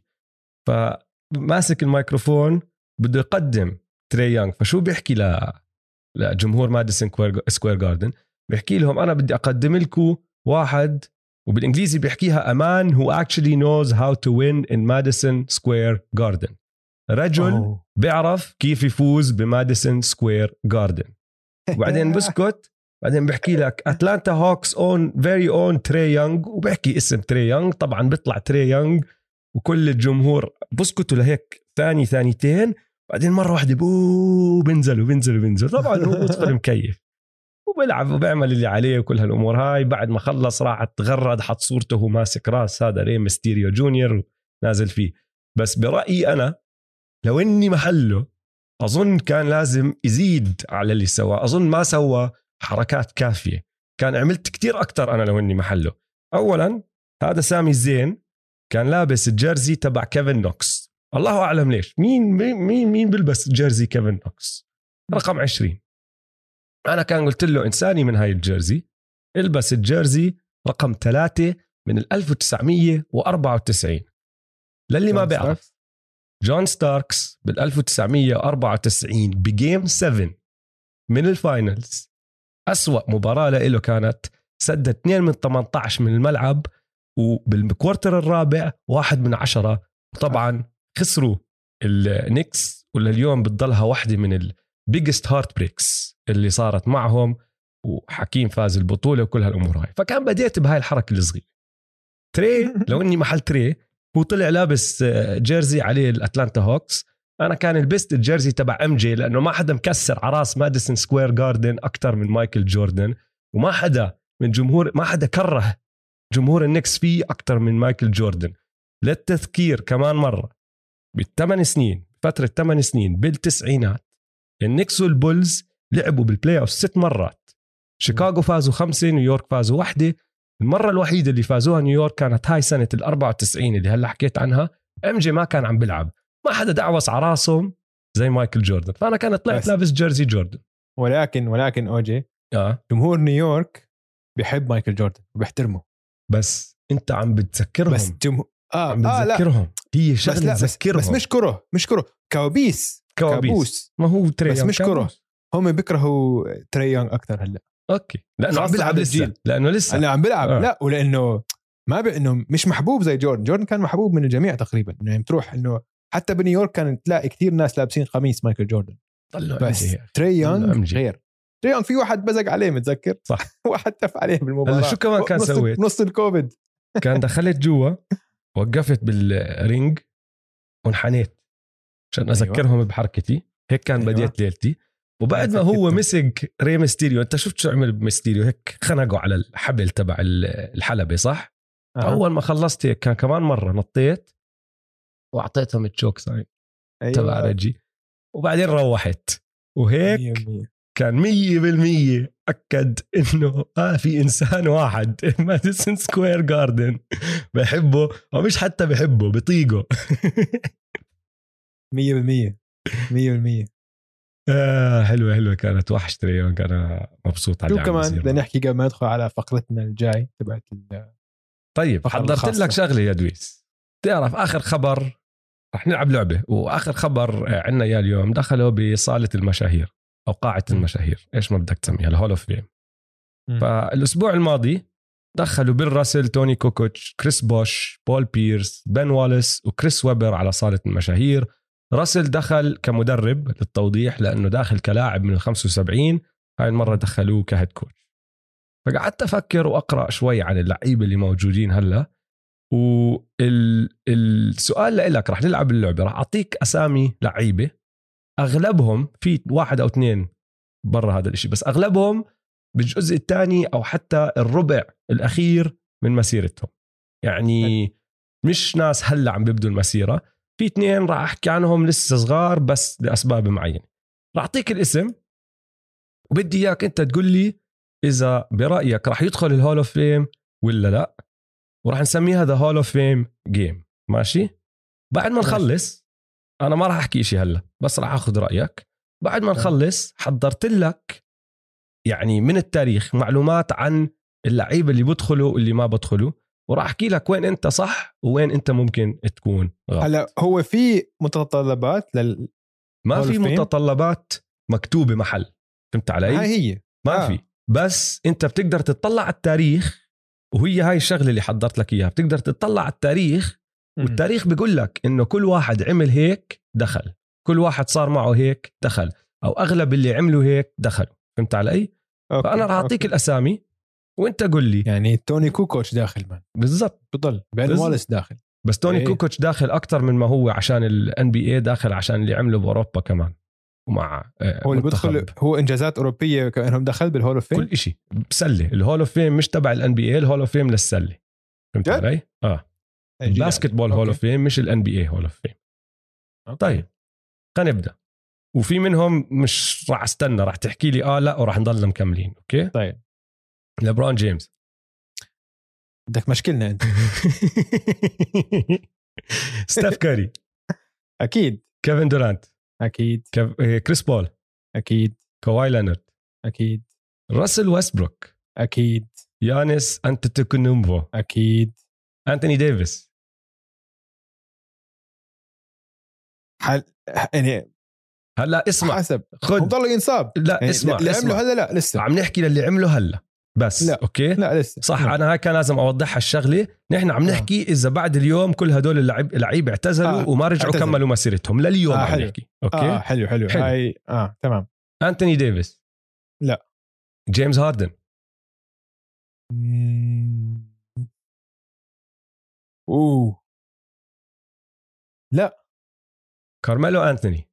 فماسك الميكروفون بده يقدم تري يونغ. فشو بيحكي لجمهور ماديسون سكوير جاردن؟ بيحكي لهم انا بدي اقدم لكم واحد، وبالانجليزي بيحكيها امان who actually knows how to win in Madison Square Garden. رجل بيعرف كيف يفوز بماديسون سكوير جاردن. وبعدين بسكت، بعدين بحكي لك أتلانتا هوكس اون فيري اون تري يونغ، وبحكي اسم تري يونغ. طبعا بيطلع تري يونغ وكل الجمهور بسكتوا لهيك ثانيتين، بعدين مرة واحدة بنزل طبعا هو بدخل مكيف وبيلعب وبيعمل اللي عليه وكل هالأمور هاي. بعد ما خلص راح تغرد، حط صورته وهو ماسك راس هذا ري ميستيريو جونيور ونازل فيه. بس برأيي أنا لو إني محله أظن كان لازم يزيد على اللي سواه. أظن ما سوى حركات كافية، كان عملت كتير أكتر أنا لو إني محله. أولا هذا سامي الزين كان لابس الجيرزي تبع كيفن نوكس، الله أعلم ليش. مين بلبس جيرزي كيفن نوكس رقم 20؟ أنا كان قلت له إنساني من هاي الجيرزي البس الجيرزي رقم 3 من 1994. للي ما بيعرف، جون ستاركس بال 1994 بجيم 7 من الفاينلز، أسوأ مباراة له كانت، سدد 2 من 18 من الملعب، وبالكوارتر الرابع 1 من 10. وطبعا خسروا النيكس، ولليوم بتضلها واحدة من البيجست هارت بريكس اللي صارت معهم، وحكيم فاز البطولة وكل هالأمور هاي. فكان بديت بهاي الحركة الصغيرة. تري لو إني محل تري هو طلع لابس جيرزي عليه الأتلانتا هوكس، أنا كان لبست الجيرزي تبع MJ، لأنه ما حدا مكسر عراس ماديسون سكوير جاردن أكتر من مايكل جوردن، وما حدا من جمهور، ما حدا كره جمهور النكس فيه أكتر من مايكل جوردن. للتذكير كمان مرة، بالثمان سنين، فترة 8 سنين بالتسعينات، النكس والبولز لعبوا بالبلاي أوف 6 مرات. شيكاغو فازوا 5، نيويورك فازوا 1. المرة الوحيدة اللي فازوها نيويورك كانت هاي سنة 94 اللي هلا حكيت عنها. MJ ما كان عم بلعب، ما حدا دعوس على راسهم زي مايكل جوردن، فأنا كانت طلعت لابس جيرزي جوردن. ولكن أوجي جمهور نيويورك بيحب مايكل جوردن وبيحترمه، بس أنت عم بتذكرهم. بس عم بتذكرهم. لا. هي شغلة تذكرهم، بس مش كره كابوس. ما هو تري بس مش كره. هم بيكرهوا تري يونغ أكتر هلا. اوكي لانه عم بيلعب لسه، لانه لسه انا عم بيلعب لا، ولانه ما انه مش محبوب زي جوردن كان محبوب من الجميع تقريبا. انه تروح انه حتى بنيويورك كان تلاقي كثير ناس لابسين قميص مايكل جوردن، بس تري يونغ غير. تري يونغ في واحد بزق عليه، متذكر؟ صح. واحد تف عليه بالمباراه. شو كمان كان سويت نص الكوفيد؟ كان دخلت جوا، وقفت بالرينج وانحنيت عشان اذكرهم بحركتي. هيك كان بديت ليلتي. وبعد ما هو مسك ري ميستيريو، انت شفت شو عمل بميستيريو؟ هيك خنقوا على الحبل تبع الحلبة صح؟ اول ما خلصت هيك كان كمان مرة نطيت واعطيتهم التشوك ساين تبع رجي، وبعدين روحت. وهيك 100%. كان 100% أكد إنه في إنسان واحد ماديسون سكوير جاردن بحبه، ومش حتى بحبه، بطيقه. 100%. حلوة كانت. وحش تريون، كان مبسوط عليه. شو كمان بدنا نحكي قبل ما ندخل على فقرتنا الجاي تبعت طيب حضرت لك شغلة يا دويس. تعرف آخر خبر رح نلعب لعبة، وآخر خبر عنا يا اليوم دخلوا بصالة المشاهير أو قاعة المشاهير، إيش ما بدك تسميها، الهول اوف فيم. فالأسبوع الماضي دخلوا بيل راسل، توني كوكوتش، كريس بوش، بول بيرس، بن واليس وكريس ويبر على صالة المشاهير. راسل دخل كمدرب للتوضيح لأنه داخل كلاعب من 75، هاي المرة دخلوه كهيد كوتش. فقعدت أفكر وأقرأ شوي عن اللعيبة اللي موجودين هلأ، والسؤال لإلك، رح نلعب اللعبة، رح أعطيك أسامي لعيبة أغلبهم في 1 أو 2 برا هذا الاشي، بس أغلبهم بالجزء الثاني أو حتى الربع الأخير من مسيرتهم، يعني مش ناس هلأ عم بيبدوا المسيرة. في 2 راح أحكي عنهم لسه صغار بس لأسباب معينة. راح أعطيك الاسم وبدي إياك أنت تقول لي إذا برأيك راح يدخل الهول اوف فيم ولا لا، وراح نسميه هذا هول اوف فيم جيم. ماشي؟ بعد ما نخلص أنا ما راح أحكي إشي هلأ، بس راح أخذ رأيك. بعد ما نخلص حضرت لك يعني من التاريخ معلومات عن اللعيبة اللي بدخلوا واللي ما بدخلوا، وراح أحكي لك وين أنت صح وين أنت ممكن تكون غلط. هلا هو في متطلبات ما في متطلبات مكتوبة محل، فهمت علي؟ هي ما في، بس أنت بتقدر تطلع على التاريخ، وهي هاي الشغلة اللي حضرت لك إياها. بتقدر تطلع على التاريخ والتاريخ بيقول لك إنه كل واحد عمل هيك دخل، كل واحد صار معه هيك دخل، أو أغلب اللي عملوا هيك دخلوا. فهمت علي؟ فأنا راح أعطيك الأسامي وانت قل لي. يعني توني كوكوتش داخل من بالضبط، بضل بين واليس داخل، بس توني كوكوتش داخل أكتر من ما هو عشان NBA داخل عشان اللي عمله بأوروبا كمان، ومع هو اللي بدخل هو إنجازات أوروبية كأنهم دخل بالهول اوف فيم. كل إشي بسلة. الهول اوف فيم مش تبع NBA، الهول اوف فيم للسلة. فهمت علي؟ الباسكتبول هول اوف فيم مش NBA هول اوف فيم. طيب خلينا نبدأ. وفي منهم مش راح استنى، راح تحكي لي لا وراح نضل مكملين. اوكي طيب. ليبرون جيمس. بدك مشكلنا انت. ستيف كاري اكيد. كيفن دورانت اكيد. كريس بول اكيد. كواي لينارد اكيد. راسل ويستبروك اكيد. يانس أنتetokounمبو اكيد. أنتوني ديفيس. يعني هلا اسمع، حسب خد ضل ينصاب. لا يعني اسمع اللي اسمع. عمله هلا لا لسه عم نحكي للي عمله هلا بس. لا. اوكي لا لسه صح. لا. انا هاي كان لازم اوضحها الشغله. نحن عم نحكي اذا بعد اليوم كل هدول اللعيبه اعتزلوا وما رجعوا كملوا مسيرتهم لليوم. عم نحكي اوكي حلو هاي تمام. أنتوني ديفيس. لا. جيمس هاردن. لا. كارميلو أنثوني.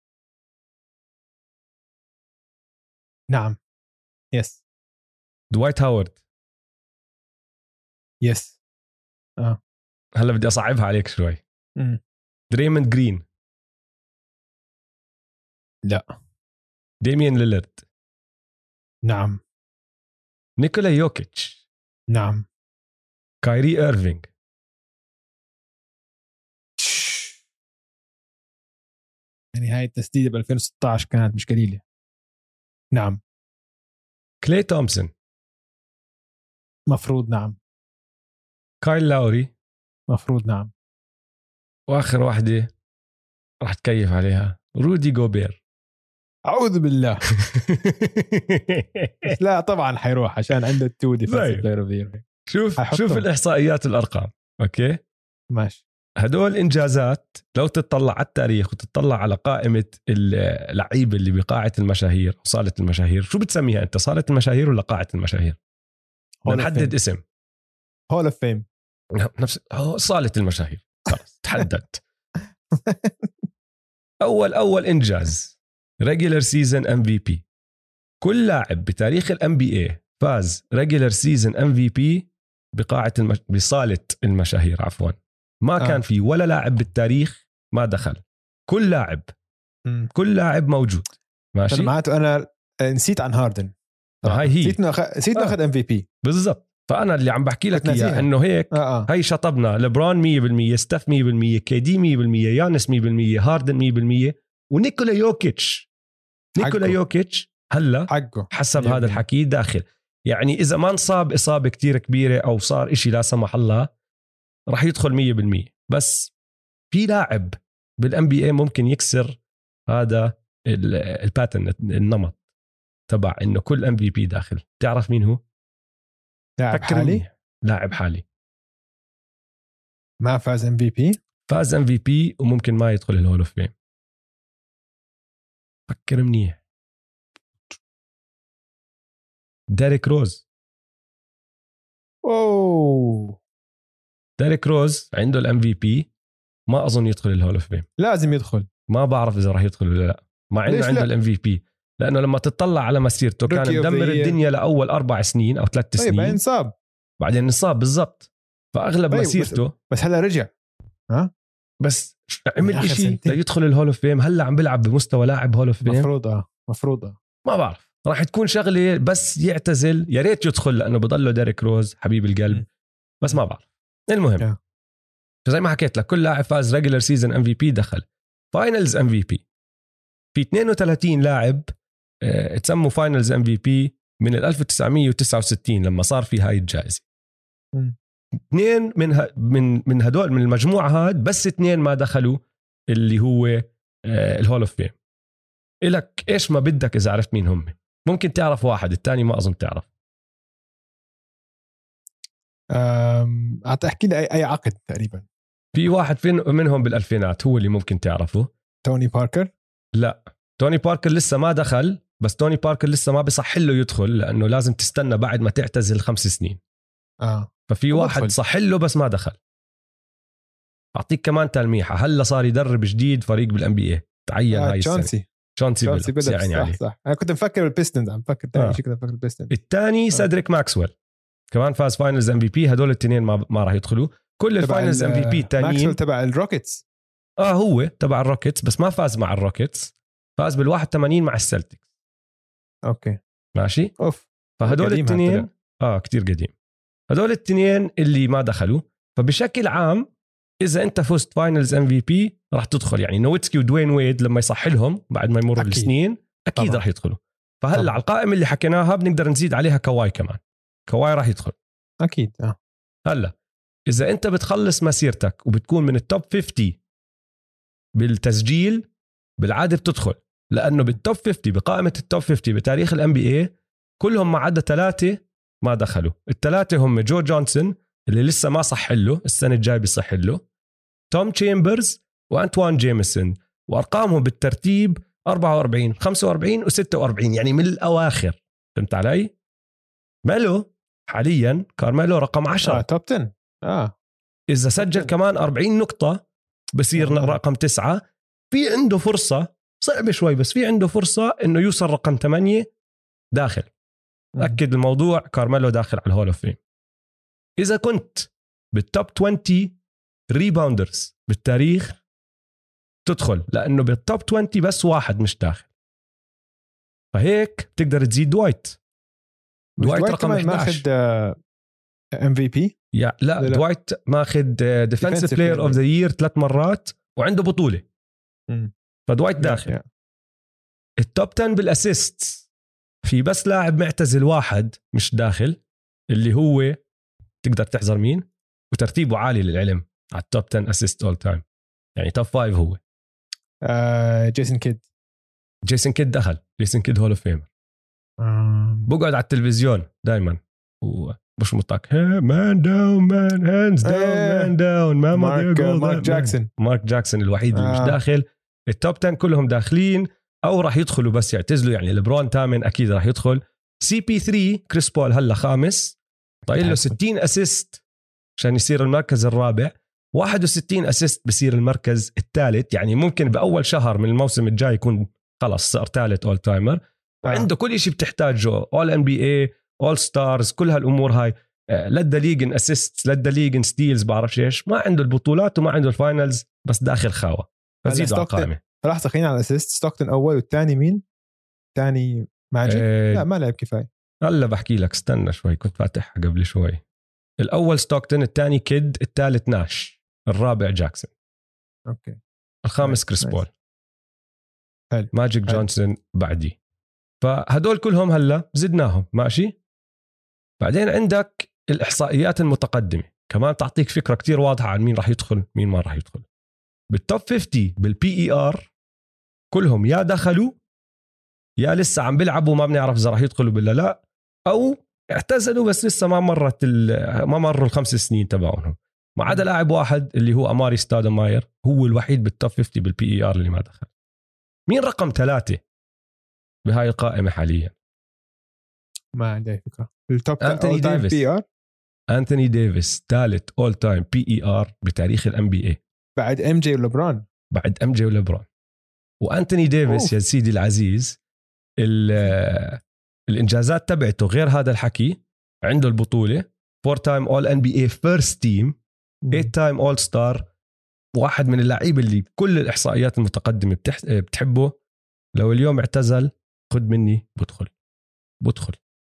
نعم. يس. دوايت هاورد. يس. هلا بدي أصعبها عليك شوي. دريموند جرين. لا. ديميان ليلرد. نعم. نيكولا يوكيتش. نعم. كايري إيرفينغ. يعني هاي التسديدة ب 2016 كانت مش قليلة. نعم. كلاي تومسون. مفروض نعم. كايل لاوري. مفروض نعم. واخر واحدة راح تكيف عليها، رودي جوبير. أعوذ بالله. لا طبعا حيروح عشان عنده التو ديفنسيف بلاير اوف ذا يير. شوف الإحصائيات الأرقام. أوكي ماشي. هدول إنجازات لو تطلع على التاريخ وتطلع على قائمة اللعيبة اللي بقاعة المشاهير وصالة المشاهير. شو بتسميها أنت، صالة المشاهير ولا قاعة المشاهير؟ نحدد اسم. هول اوف فيم. نفس صالة المشاهير. خلاص تحددت. أول إنجاز ريجولر سيزن MVP. كل لاعب بتاريخ NBA فاز ريجولر سيزن MVP بقاعة بصالة المشاهير عفوا. ما كان في ولا لاعب بالتاريخ ما دخل. كل لاعب موجود. ماشي. معناته أنا نسيت عن هاردن. هاي هي نسيت ناخذ MVP بالضبط. فأنا اللي عم بحكي لك إياه إنه هيك. هاي شطبنا لبران 100%، ستيف 100%، KD 100%، يانس 100%، هاردن 100%، ونيكولا يوكيتش. نيكولا يوكيتش هلا حقه حسب 100%. هذا الحكي داخل. يعني إذا ما انصاب إصابة كتير كبيرة أو صار إشي لا سمح الله رح يدخل 100%. بس في لاعب بالNBA ممكن يكسر هذا الباترن، النمط تبع إنه كل MVP داخل. تعرف مين هو؟ لاعب حالي، لاعب حالي ما فاز MVP، فاز MVP وممكن ما يدخل الهول اوف فيم. فكر منيح. ديريك روز. اوه ديريك روز عنده MVP، ما اظن يدخل الهول اوف فيم. لازم يدخل. ما بعرف اذا راح يدخل ولا لا، مع انه عنده الMVP، لانه لما تطلع على مسيرته كان مدمر الدنيا لاول 4 سنين او 3 سنين. بعدين انصاب، بعدين انصاب بالضبط. فاغلب مسيرته بس هلا رجع. ها بس عمل إشي ليدخل الهول اوف فيم. هلا عم بيلعب بمستوى لاعب هول اوف فيم. مفروضة ما بعرف، راح تكون شغله بس يعتزل. يا ريت يدخل لانه بضله ديريك روز حبيب القلب، بس ما بعرف. المهم زي ما حكيت لك، كل لاعب فاز ريجولر سيزون MVP دخل فاينلز MVP. في 32 لاعب تسموا فاينلز MVP من 1969 لما صار في هاي الجائزة. 2 من هدول من المجموعة هاد بس 2 ما دخلوا اللي هو الهول اوف فيم. إلك إيش ما بدك إذا عرفت مين هم. ممكن تعرف واحد، الثاني ما أظن تعرف. أحكي لي أي عقد تقريبا. في واحد منهم بالألفينات هو اللي ممكن تعرفه. توني باركر؟ لا، توني باركر لسه ما دخل، بس توني باركر لسه ما بصح له يدخل لأنه لازم تستنى بعد ما تعتزل 5 سنين. ففي واحد صح له بس ما دخل. أعطيك كمان تلميحة، هلا صار يدرب جديد فريق بالNBA، تعين هاي السنة. شونسي بيلبس يعني صح, عليه. صح. أنا كنت مفكر بالبيستنز، عم فكر تاني شيء، كنت مفكر بالبيستنز. الثاني سيدريك ماكسويل كمان فاز فاينلز MVP. هدول الاثنين ما راح يدخلوا. كل الفاينلز MVP الثانيين. ماكسويل تبع الروكيتس. هو تبع الروكيتس بس ما فاز مع الروكيتس، فاز بال81 مع السلتكس. اوكي ماشي. اوف. فهدول الاثنين كتير قديم. هدول الاثنين اللي ما دخلوا. فبشكل عام اذا انت فزت فاينلز MVP راح تدخل. يعني نويتسكي ودوين ويد لما يصح لهم بعد ما يمر السنين اكيد راح يدخلوا. فهلا على القائمه اللي حكيناها بنقدر نزيد عليها كواي كمان. كواي راح يدخل اكيد. هلا اذا انت بتخلص مسيرتك وبتكون من التوب 50 بالتسجيل، بالعاده بتدخل، لانه بالتوب 50 بقائمه التوب 50 بتاريخ الNBA كلهم ما عدا 3 ما دخلوا. ال3 هم جو جونسون اللي لسه ما صح له، السنه الجاي بيصح له، توم تشامبرز، وأنتوان جيمسون. وارقامهم بالترتيب 44 45 و46، يعني من الاواخر. فهمت علي؟ ميلو حاليا كارميلو رقم 10 توب 10. اذا سجل كمان 40 نقطه بصير رقم 9. في عنده فرصه صعبه شوي، بس في عنده فرصه انه يوصل رقم 8 داخل. أكد الموضوع، كارميلو داخل على الهول اوف فيم. اذا كنت بالتوب 20 ريباوندرز بالتاريخ تدخل، لانه بالتوب 20 بس واحد مش داخل. فهيك تقدر تزيد دوايت رقم 11 ماخذ MVP. لا دوايت ماخذ ديفنسيف بلاير اوف ذا يير 3 مرات وعنده بطوله. فدوايت داخل. التوب 10 بالاسيست في بس لاعب معتزل واحد مش داخل، اللي هو تقدر تحذر مين، وترتيبه عالي للعلم على التوب 10 اسيست اول تايم، يعني توب 5 هو جيسون كيد دخل. جيسون كيد هول اوف فيمر. بقعد على التلفزيون دائما ومش مطاق مان داون مان هاندز داون مان داون مارك جاكسون الوحيد اللي مش داخل. التوب 10 كلهم داخلين او راح يدخلوا بس يعتزلوا. يعني ليبرون تامن اكيد راح يدخل. CP3 كريس بول هلا خامس، طايل له 60 اسيست عشان يصير المركز الرابع. 61 اسيست بصير المركز الثالث. يعني ممكن باول شهر من الموسم الجاي يكون خلص صار ثالث اول تايمر. عنده كل شيء بتحتاجه، اول NBA اول ستارز، كل هالامور هاي. لدى ليج ان اسيست، لدى ليج ان ستيلز، بعرفش ايش. ما عنده البطولات وما عنده الفاينلز، بس داخل خاوه. فزيدوا على القائمه. راح تخين على الاسيست. ستوكتون اول، والثاني مين؟ الثاني ماجيك. لا ما لعب كفايه. هلا بحكي لك، استنى شوي، كنت فاتحها قبل شوي. الاول ستوكتون، الثاني كيد، الثالث ناش، الرابع جاكسون، اوكي، الخامس كريس بول، حلو. ماجيك جونسون بعدي. فهدول كلهم هلا زدناهم. ماشي. بعدين عندك الإحصائيات المتقدمة كمان تعطيك فكرة كتير واضحة عن مين راح يدخل مين ما راح يدخل. بالتوب 50 بالPER كلهم يا دخلوا يا لسه عم بيلعبوا، ما بنعرف إذا راح يدخلوا ولا لا، أو اعتزلوا بس لسه ما مروا ال5 سنين تبعهم، ما عدا لاعب واحد اللي هو أماري ستادماير، هو الوحيد بالتوب 50 بالبي اي ار اللي ما دخل. مين رقم 3 بهاي القائمة حاليا؟ ما عندي فكرة. التوب أنتوني ديفيس. بي ار. أنتوني ديفيس ثالث اول تايم بي اي ار بتاريخ الام بي اي، بعد ام جي ولبران. بعد ام جي ولبران. وأنتوني ديفيس يا سيدي العزيز الإنجازات تبعته غير هذا الحكي، عنده البطولة 4 تايم اول ان بي اي فيرست تيم، 8 تايم اول ستار، واحد من اللعيبة اللي كل الإحصائيات المتقدمة بتحبه. لو اليوم اعتزل خد مني بدخل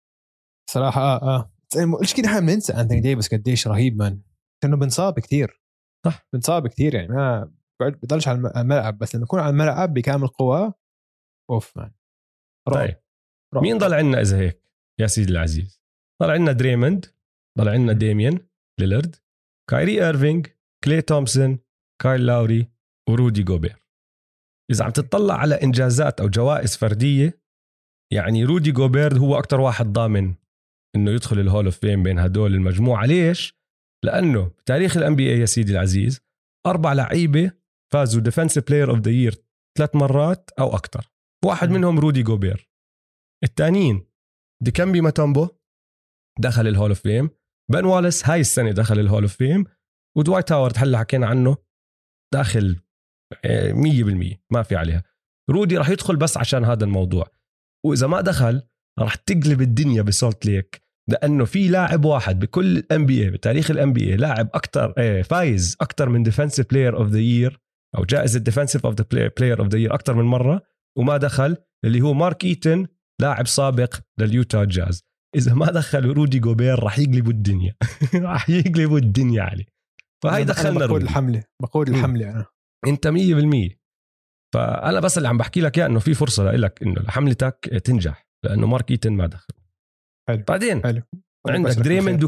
صراحة المشكلة احنا بننسى أنتوني ديفيس قديش رهيب مان، انه بنصاب كثير. صح بنصاب كثير يعني ما بضلش على الملعب، بس لما يكون على الملعب بكامل قواه اوف مان. طيب مين ضل عنا إذا هيك يا سيدي العزيز؟ ضل عنا دريموند، ضل عنا ديميان ليلارد، كايري إيرفينغ، كلي تومسون، كايل لاوري، ورودي جوبير. إذا عم تطلع على إنجازات أو جوائز فردية، يعني رودي جوبير هو أكتر واحد ضامن إنه يدخل الهول اوف فيم بين هدول المجموعة. ليش؟ لأنه بتاريخ الان بي اي يا سيدي العزيز 4 لعيبة فازوا ديفنسيف بلاير اوف ذا يير 3 مرات أو أكتر، واحد منهم رودي جوبير. التانيين ديكامبي ماتومبو دخل الهول اوف فيم، بن واليس هاي السنة دخل الهول اوف فيم، ودوايت هاورد هلا حكينا عنه داخل 100% ما في عليها. رودي راح يدخل بس عشان هذا الموضوع، وإذا ما دخل راح تقلب الدنيا بسولت ليك، لأنه في لاعب واحد بكل الان بي اي بتاريخ الان بي اي لاعب أكتر فايز أكتر من ديفنسيف بلاير اوف ذا يير أو جائزة ديفنسيف اوف ذا بلاير اوف ذا يير أكتر من مرة وما دخل، اللي هو مارك إيتن لاعب سابق لليوتا جاز. إذا ما دخل رودي جوبير راح يقلبوا الدنيا راح يقلبوا الدنيا عليه. فهاي دخلنا بقود الحملة أنا. أنت 100%. فأنا بس اللي عم بحكي لك إنه في فرصة لك إنه حملتك تنجح، لأنه مارك إيتن ما دخل. حلو. بعدين حلو. عندك دريموند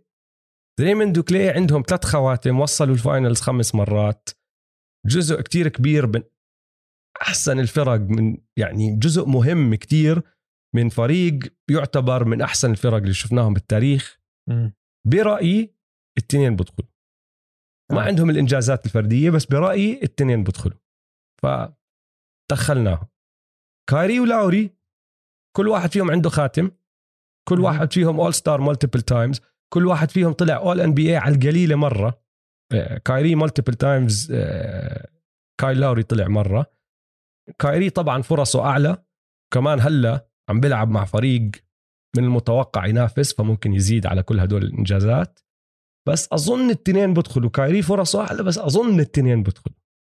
وكلي عندهم 3 خواتم، وصلوا الفاينلز 5 مرات، جزء كتير كبير من أحسن الفرق، من يعني جزء مهم كتير من فريق يعتبر من أحسن الفرق اللي شفناهم بالتاريخ. برأيي التنين بدخلوا. ما عندهم الإنجازات الفردية، بس برأيي التنين بدخلوا، فدخلناهم. كايري ولاوري كل واحد فيهم عنده خاتم، كل واحد فيهم أول ستار مالتيبل تايمز، كل واحد فيهم طلع أول ان بي اي على القليلة مرة. كايري مالتيبل تايمز، كايل لاوري طلع مرة. كايري طبعا فرصه أعلى، كمان هلا عم بيلعب مع فريق من المتوقع ينافس، فممكن يزيد على كل هدول الإنجازات. بس أظن التنين بدخلوا. كايري فرصه أعلى بس أظن التنين بدخلوا.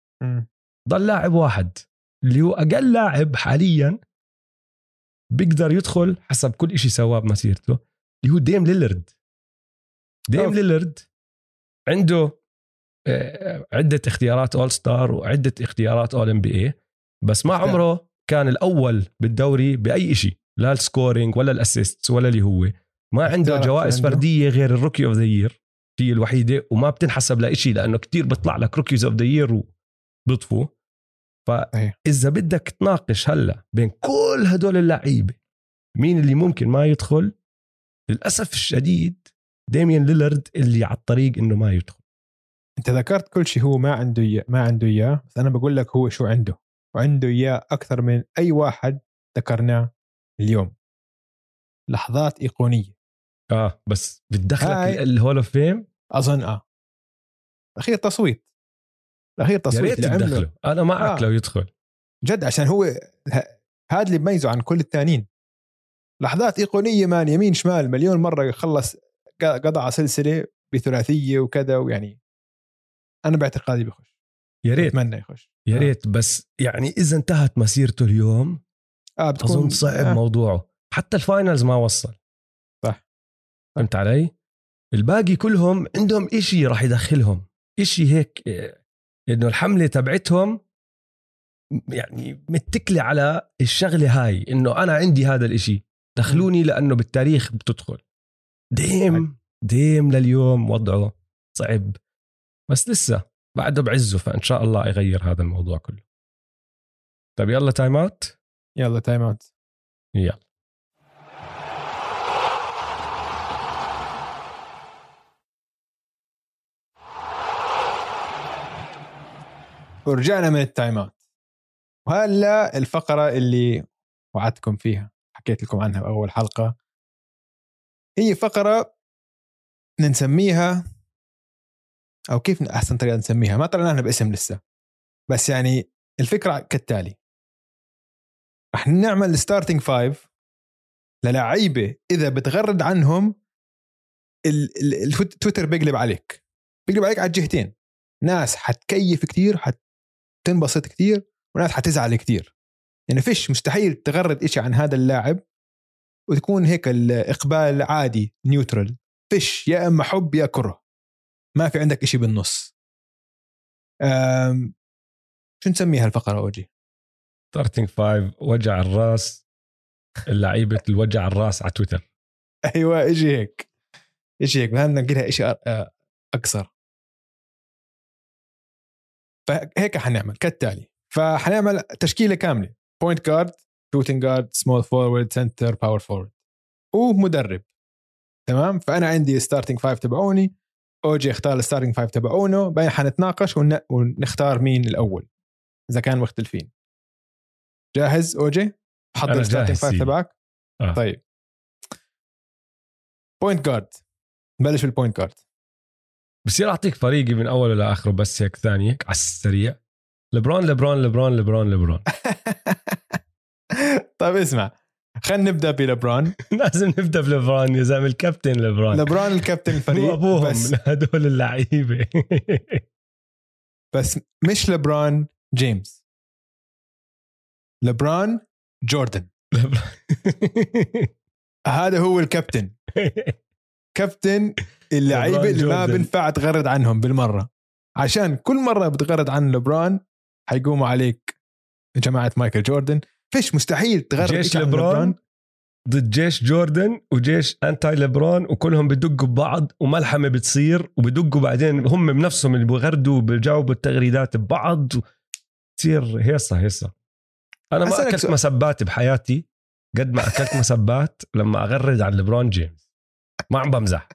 ضل لاعب واحد اللي هو أقل لاعب حاليا بيقدر يدخل حسب كل إشي سواه بمسيرته، اللي هو ديم ليلرد عنده عدة اختيارات أول ستار وعدة اختيارات أول ام بي اي، بس ما عمره كان الأول بالدوري بأي إشي، لا السكورينج ولا الأسيست ولا اللي هو ما عنده جوائز فردية غير الروكي اوف ذا يير، هي الوحيدة وما بتنحسب لإشي لأنه كتير بيطلع لك روكيز اوف ذا يير وبيطفوا. فإذا بدك تناقش هلا بين كل هدول اللعيبة مين اللي ممكن ما يدخل، للأسف الشديد ديميان ليلرد اللي على الطريق إنه ما يدخل. أنت ذكرت كل شيء هو ما عنده إياه، بس أنا بقول لك هو شو عنده، وعنده إياه أكثر من أي واحد ذكرناه اليوم. لحظات إيقونية. بس بتدخلك الهول اوف فيم أظن أخير تصويت يا ريت يدخله. أنا معك لو يدخل جد، عشان هو هذا اللي بميزه عن كل التانين. لحظات إيقونية مان، يمين شمال مليون مرة، خلص قضى سلسلة بثلاثية وكذا، ويعني أنا باعتقادي بيخش. يا ريت أتمنى يخش يا ريت. بس يعني إذا انتهت مسيرته اليوم بتكون أظن صعب موضوعه. حتى الفاينلز ما وصل. صح. فهمت علي؟ الباقي كلهم عندهم إشي راح يدخلهم، إشي هيك إنه الحملة تبعتهم يعني متكلة على الشغلة هاي، إنه أنا عندي هذا الإشي دخلوني لأنه بالتاريخ بتدخل. ديم لليوم وضعه صعب، بس لسه بعده بعزه، فإن شاء الله يغير هذا الموضوع كله. طيب يلا تايم اوت. يلا ورجعنا من التايم اوت، وهلا الفقرة اللي وعدتكم فيها، حكيت لكم عنها بأول حلقة. هي فقرة نسميها، أو كيف أحسن طريقة نسميها، ما طلعنا باسم لسه، بس يعني الفكرة كالتالي: رح نعمل ستارتنج 5 للاعيبة إذا بتغرد عنهم التويتر بيقلب عليك على الجهتين. ناس حتكيف كتير، حتنبسط كتير، وناس حتزعل كتير. يعني فيش مستحيل تغرد إشي عن هذا اللاعب وتكون هيك الإقبال عادي نيوترال. فيش يا إما حب يا كره، ما في عندك إشي بالنص. شو نسميها الفقرة أوجي؟ ستارتنج 5 وجع الراس، اللعيبة الوجع الراس على تويتر. أيوة، إشي هيك بدنا نقولها إشي أكثر. فهيك حنعمل كالتالي: فحنعمل تشكيلة كاملة: بوينت جارد، شوتنج جارد، سمول فورورد، سنتر، باور فورورد، ومدرب. تمام. فأنا عندي ستارتنج 5 تبعوني، أوجي اختار الستارتنج 5 تبعونه، بعدين حنتناقش ونختار مين الأول إذا كانوا مختلفين. جاهز أوجي؟ حضر الستارتنج 5 تبعك. طيب، بوينت جارد. نبلش بالبوينت جارد. بصير أعطيك فريقي من أوله لآخره بس هيك ثانية على السريع. لبرون لبرون لبرون لبرون لبرون. طيب اسمع، خلينا نبدأ بلبرون. لازم نبدأ بلبرون يا زلمة، الكابتن لبرون الكابتن الفريق، وأبوهم بس هدول اللعيبة. بس مش لبرون جيمس، لبرون جوردن. هذا هو الكابتن. كابتن اللعيبة اللي ما بنفع تغرد عنهم بالمرة، عشان كل مرة بتغرد عن لبرون حيقوموا عليك جماعة مايكل جوردن. فيش مستحيل تغرد جيش لبرون ضد جيش جوردن وجيش أنتاي لبرون، وكلهم بدقوا ببعض وملحمة بتصير، وبدقوا بعدين هم بنفسهم اللي بغردوا بجاوبوا التغريدات ببعض، تصير هيصة. أنا ما أكلت مسبات بحياتي قد ما أكلت مسبات لما أغرد عن لبرون جيمس. ما عم بمزح.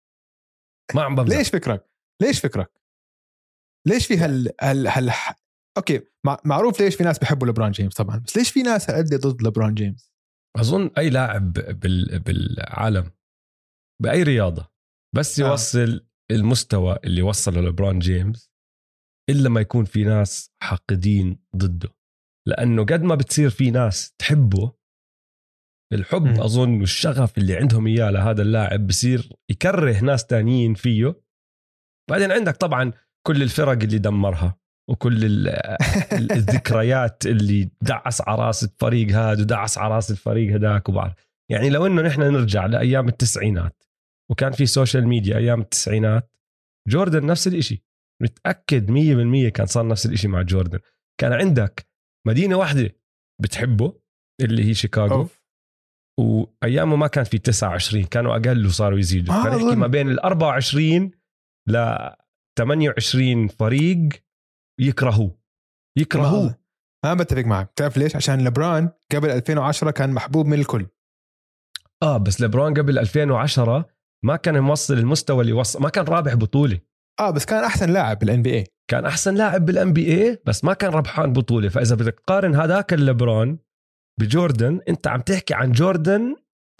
ليش فكرك ليش في هل اوكي، معروف ليش في ناس بيحبوا لبرون جيمس طبعا، بس ليش في ناس هالقد ضد لبرون جيمس؟ أظن أي لاعب بالعالم بأي رياضة بس يوصل المستوى اللي وصله لبرون جيمس إلا ما يكون في ناس حاقدين ضده، لأنه قد ما بتصير في ناس تحبه، الحب أظن والشغف اللي عندهم إياه لهذا اللاعب بصير يكره ناس تانيين فيه. بعدين عندك طبعا كل الفرق اللي دمرها وكل الذكريات اللي دعس على راس الفريق هذا ودعس على راس الفريق هداك وبعد. يعني لو إنه نحن نرجع لأيام التسعينات وكان في سوشيال ميديا أيام التسعينات، جوردن نفس الاشي، متأكد 100% كان صار نفس الاشي مع جوردن. كان عندك مدينة واحدة بتحبه اللي هي شيكاغو، وأيامه ما كان في 29، كانوا أقل وصاروا يزيدوا. فنحكي ما بين 24 ل 28 فريق يكرهوه. ما بتفق معك. تعرف ليش؟ عشان لبران قبل 2010 كان محبوب من الكل. بس لبران قبل 2010 ما كان موصل المستوى اللي وصل، ما كان رابح بطولة. بس كان أحسن لاعب بالNBA، كان أحسن لاعب بالNBA بس ما كان ربحان بطولة. فإذا بدك تقارن هذاك اللبران بجوردن، أنت عم تحكي عن جوردن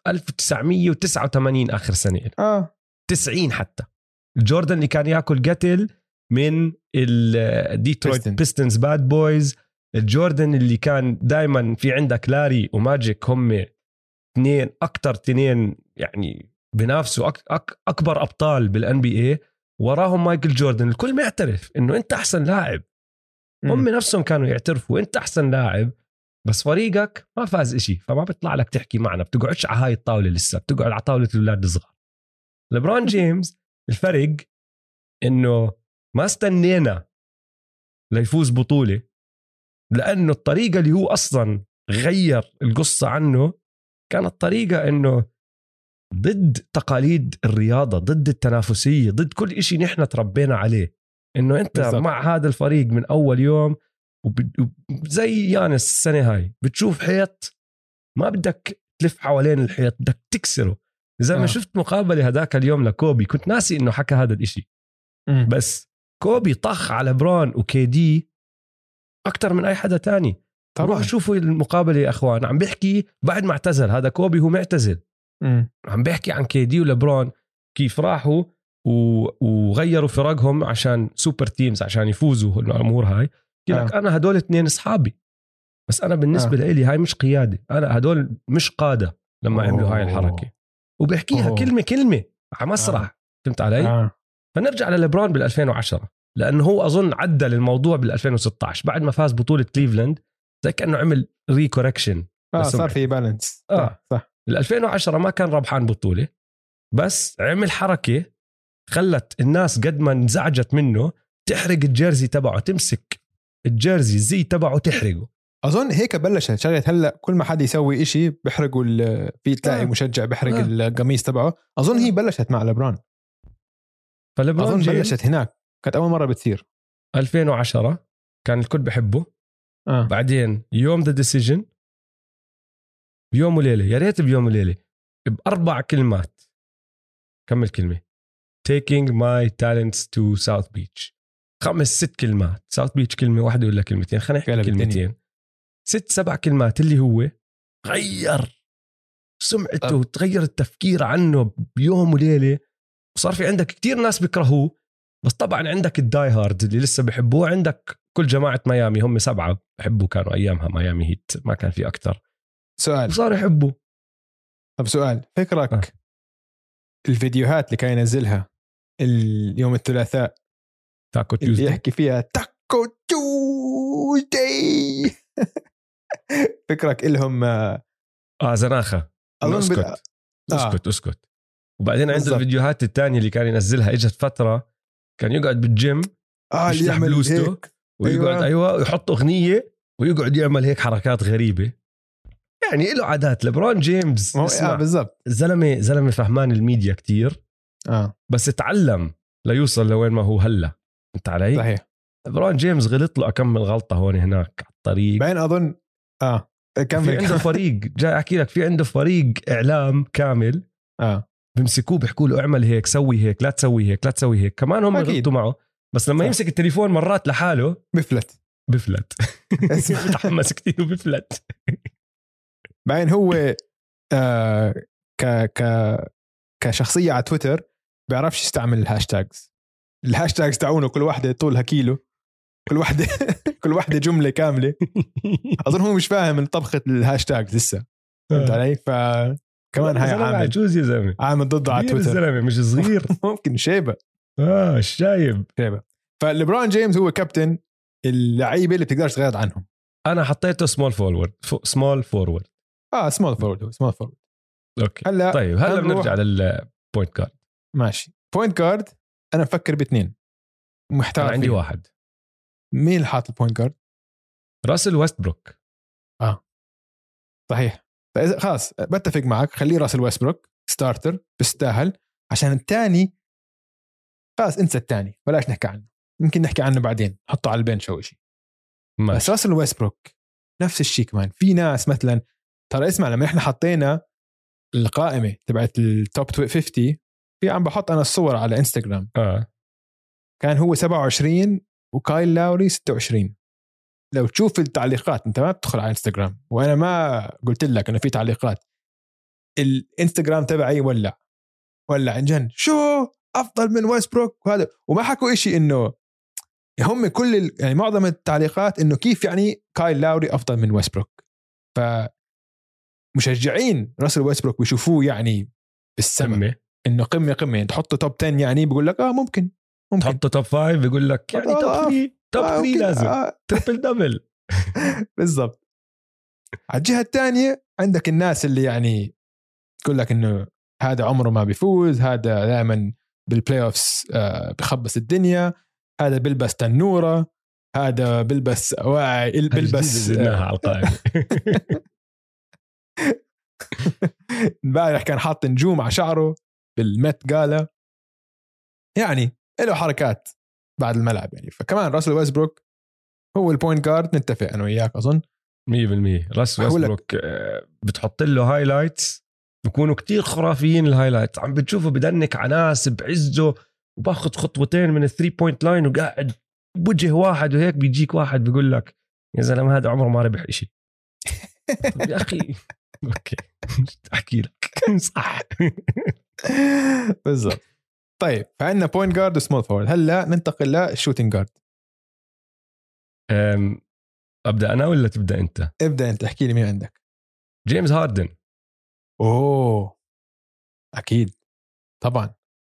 1989 آخر سنة 90 حتى. جوردن اللي كان يأكل قتل من الديترويت بيستنز باد بويز، الجوردن اللي كان دايما في عندك لاري وماجيك، هم أكتر اثنين يعني بنافسوا أكبر أبطال بالNBA، وراهم مايكل جوردن. الكل ما يعترف إنه أنت أحسن لاعب، هم نفسهم كانوا يعترفوا أنت أحسن لاعب، بس فريقك ما فاز إشي. فما بيطلع لك تحكي معنا، بتقعدش على هاي الطاولة، لسه بتقعد على طاولة الأولاد الصغار. لبرون جيمس الفرق إنه ما استنينا ليفوز بطولة، لأنه الطريقة اللي هو أصلا غير القصة عنه كانت طريقة إنه ضد تقاليد الرياضة، ضد التنافسية، ضد كل إشي نحن تربينا عليه. إنه أنت بالزبط. مع هذا الفريق من أول يوم، زي يانس السنة هاي بتشوف حيط ما بدك تلف حوالين الحيط، بدك تكسره. زي ما شفت مقابلة هداك اليوم لكوبي، كنت ناسي إنه حكى هذا الإشي. بس كوبي طخ على برون وكيدي اكتر من اي حدا تاني. روحوا شوفوا المقابله يا اخوان. عم بيحكي بعد ما اعتزل، هذا كوبي هو معتزل. عم بيحكي عن كيدي ولبرون كيف راحوا وغيروا فرقهم عشان سوبر تيمز عشان يفوزوا الامور هاي. يقول لك انا هدول 2 اصحابي، بس انا بالنسبه لي هاي مش قياده، انا هدول مش قاده لما عملوا هاي الحركه. وبيحكيها كلمه على مسرح. فهمت علي؟ فنرجع لليبرون بال2010 لانه هو اظن عدل الموضوع بال2016 بعد ما فاز بطوله كليفلاند، زي كانه عمل ريكوركشن. صار في بالانس. صح. 2010 ما كان ربحان بطوله، بس عمل حركه خلت الناس قد ما انزعجت منه تحرق الجيرزي تبعه، تمسك الجيرزي الزي تبعه تحرقه. اظن هيك بلشت شغله. هلا كل ما حد يسوي إشي بيحرقوا في تلاقي مشجع بيحرق القميص تبعه. اظن هي بلشت مع لبران. فلبران اظن بلشت هناك، كانت اول مره بتصير 2010 كان الكل بحبه. بعدين يوم ذا ديسيجن، بيوم وليله، يا ريت بيوم وليله، ب4 كلمات. كمل كلمه taking my talents to South Beach. 5-6 كلمات. South Beach كلمه واحده ولا كلمتين؟ خلينا نحكي كلمتين. 6-7 كلمات اللي هو غير سمعته وتغير التفكير عنه بيوم وليله. وصار في عندك كتير ناس بيكرهوه، بس طبعا عندك الداي هارد اللي لسه بيحبوه. عندك كل جماعة ميامي هم 7 بحبوا، كانوا أيامها ميامي هيت، ما كان في أكتر. سؤال، وصار يحبوا. طب سؤال، فكرك الفيديوهات اللي كان ينزلها اليوم الثلاثاء تاكو تيوزدي يحكي فيها تاكو تيوزدي فكرك إلهم زناخة اسكت. وبعدين عنده الفيديوهات الثانية اللي كان ينزلها اجت فترة كان يقعد بالجيم يفتح بلوزته ويقعد ويحط أغنية ويقعد يعمل هيك حركات غريبة. يعني له عادات. لبرون جيمس بالضبط زلمة فهمان الميديا كتير. بس تعلم ليوصل لوين ما هو هلا. انت علي؟ صحيح. لبرون جيمس غلط له أكمل غلطة هون هناك على الطريق. بعدين أظن في عنده فريق، جاي أحكي لك، في عنده فريق إعلام كامل بمسكوه بيحكوا له اعمل هيك، سوي هيك، لا تسوي هيك، لا تسوي هيك. كمان هم غلطوا معه، بس لما يمسك التليفون مرات لحاله بفلت بتحمس كتير وبفلت. بعدين هو كشخصية على تويتر بيعرفش يستعمل الهاشتاجز تاعونه. كل واحدة طولها كيلو، كل واحدة جملة كاملة. أظن هو مش فاهم من طبخة الهاشتاجز لسه. فهمت علي؟ كمان هاي عجوز يا زلمه، عامل ضده على تويتر. الزلمه مش صغير. ممكن شيبه. شايب شيبه. فليبرون جيمس هو كابتن اللعيبه اللي بتقدرش تغير عنهم. انا حطيته سمول فورورد. سمول فورورد اوكي. هلا بنرجع للبوينت كارد. ماشي. بوينت كارد انا بفكر باثنين محتار. عندي واحد. مين اللي حاط البوينت كارد؟ راسل ويستبروك. صحيح. فإذا خلاص بتفق معك، خليه راسل ويستبروك ستارتر، بيستاهل. عشان الثاني خلاص انسى الثاني، بلاش نحكي عنه، يمكن نحكي عنه بعدين، حطه على البنش او شيء. بس راسل ويستبروك نفس الشيء. كمان في ناس مثلا، ترى اسمع، لما احنا حطينا القائمة تبعت التوب 50 في عم بحط انا الصور على انستغرام، كان هو 27 وكايل لاوري 26. لو تشوف التعليقات، انت ما بتدخل على انستغرام وانا ما قلت لك انه في تعليقات، الانستغرام تبعي ولع عن جن، شو افضل من ويستبروك وهذا. وما حكوا إشي انه هم كل يعني معظم التعليقات انه كيف يعني كايل لاوري افضل من ويستبروك. فمشجعين راسل ويستبروك بيشوفوه يعني بالسما انه قمه يعني تحطه توب 10، يعني بيقول لك ممكن تحطه توب 5، بيقول لك يعني توب 3 لازم تريبل دبل. بالضبط. على الجهه الثانيه عندك الناس اللي يعني تقول لك انه هذا عمره ما بيفوز، هذا دائما بالبلاي اوفس بخبص الدنيا، هذا بلبس تنوره، هذا بلبس واعي، بلبس على القائمه. امبارح كان حاط نجوم على شعره بالمت قاله، يعني له حركات بعد الملعب يعني. فكمان راسل ويستبروك هو البوينت جارد، نتفق انا وياك اظن 100%. راسل ويستبروك بتحط له هايلايتس بيكونوا كتير خرافيين. الهايلايتس عم بتشوفه بدنك على ناس بعزه وباخد خطوتين من 3 بوينت لاين وقاعد بوجه واحد، وهيك بيجيك واحد بيقول لك يا زلمه هذا عمره ما ربح إشي. يا اخي اوكي احكي لك صح. بالضبط. طيب فعندنا بوينت جارد وسمول فورورد. هلا ننتقل للشوتينج جارد. ابدا انا ولا تبدا انت؟ ابدا انت، احكي لي مين عندك. جيمس هاردن. اوه اكيد طبعا.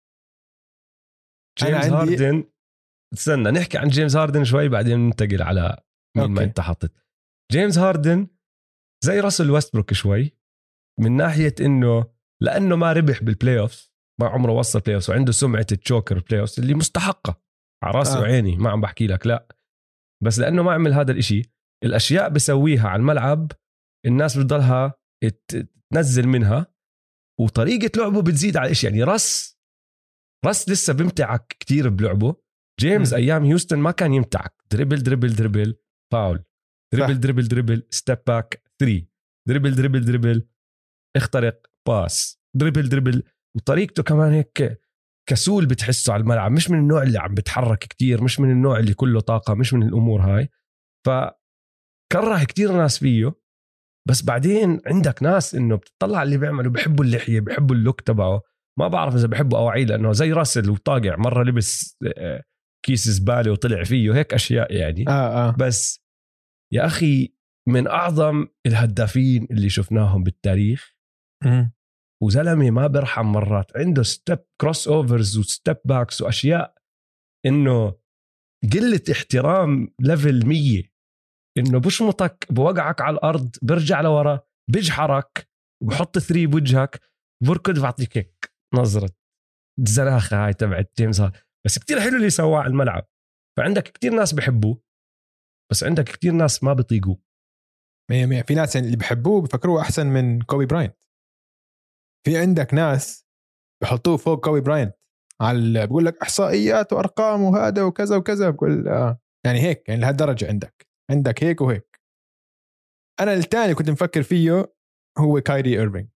جيمس هاردن. استنى نحكي عن جيمس هاردن شوي بعدين ننتقل على مين ما انت حطت. جيمس هاردن زي راسل ويستبروك شوي من ناحيه انه لانه ما ربح بالبلاي اوف، ما عمره وصل بلاي اوف وعنده سمعه التشوكر بلاي اوف اللي مستحقه على راسي وعيني، ما عم بحكي لك لا، بس لانه ما عمل هذا الاشي الاشياء بسويها على الملعب الناس بتضلها تنزل منها، وطريقه لعبه بتزيد على الاشي. يعني راس لسه بمتعك كتير بلعبه. جيمس ايام هيوستن ما كان يمتعك، دريبل دريبل دريبل فاول، دريبل دريبل دريبل ستيب باك 3، دريبل دريبل دريبل اخترق باس، دريبل دريبل، وطريقته كمان هيك كسول بتحسه على الملعب، مش من النوع اللي عم بتحرك كتير، مش من النوع اللي كله طاقة، مش من الأمور هاي. فكره كتير ناس فيه. بس بعدين عندك ناس إنه بتطلع اللي بيعملوا بيحبوا اللحية، بيحبوا اللوك تبعه، ما بعرف إذا بيحبوا أواعيه لأنه زي راسل وطاقع مرة لبس كيس زبالة وطلع فيه هيك أشياء يعني. بس يا أخي من أعظم الهدافين اللي شفناهم بالتاريخ. وزلمه ما برحم مرات، عنده ستيب كروس اوفرز وستيب باكس واشياء انه قله احترام ليفل 100، انه بشمطك بوقعك على الارض برجع لورا بجحرك وبحط 3 بوجهك بركض بعطيك هيك نظره الزلاخه هاي تبعت جيمس هاردن. بس كتير حلو اللي سواه على الملعب. فعندك كتير ناس بحبوه بس عندك كتير ناس ما بيطيقوه. 100 في ناس اللي بحبوه بفكروه احسن من كوبي براينت. في عندك ناس بحطوه فوق كوبي براينت على بقول لك احصائيات وارقام وهذا وكذا وكذا، بقول يعني هيك يعني لهالدرجه عندك هيك وهيك. انا الثاني كنت مفكر فيه هو كايري إيرفينج.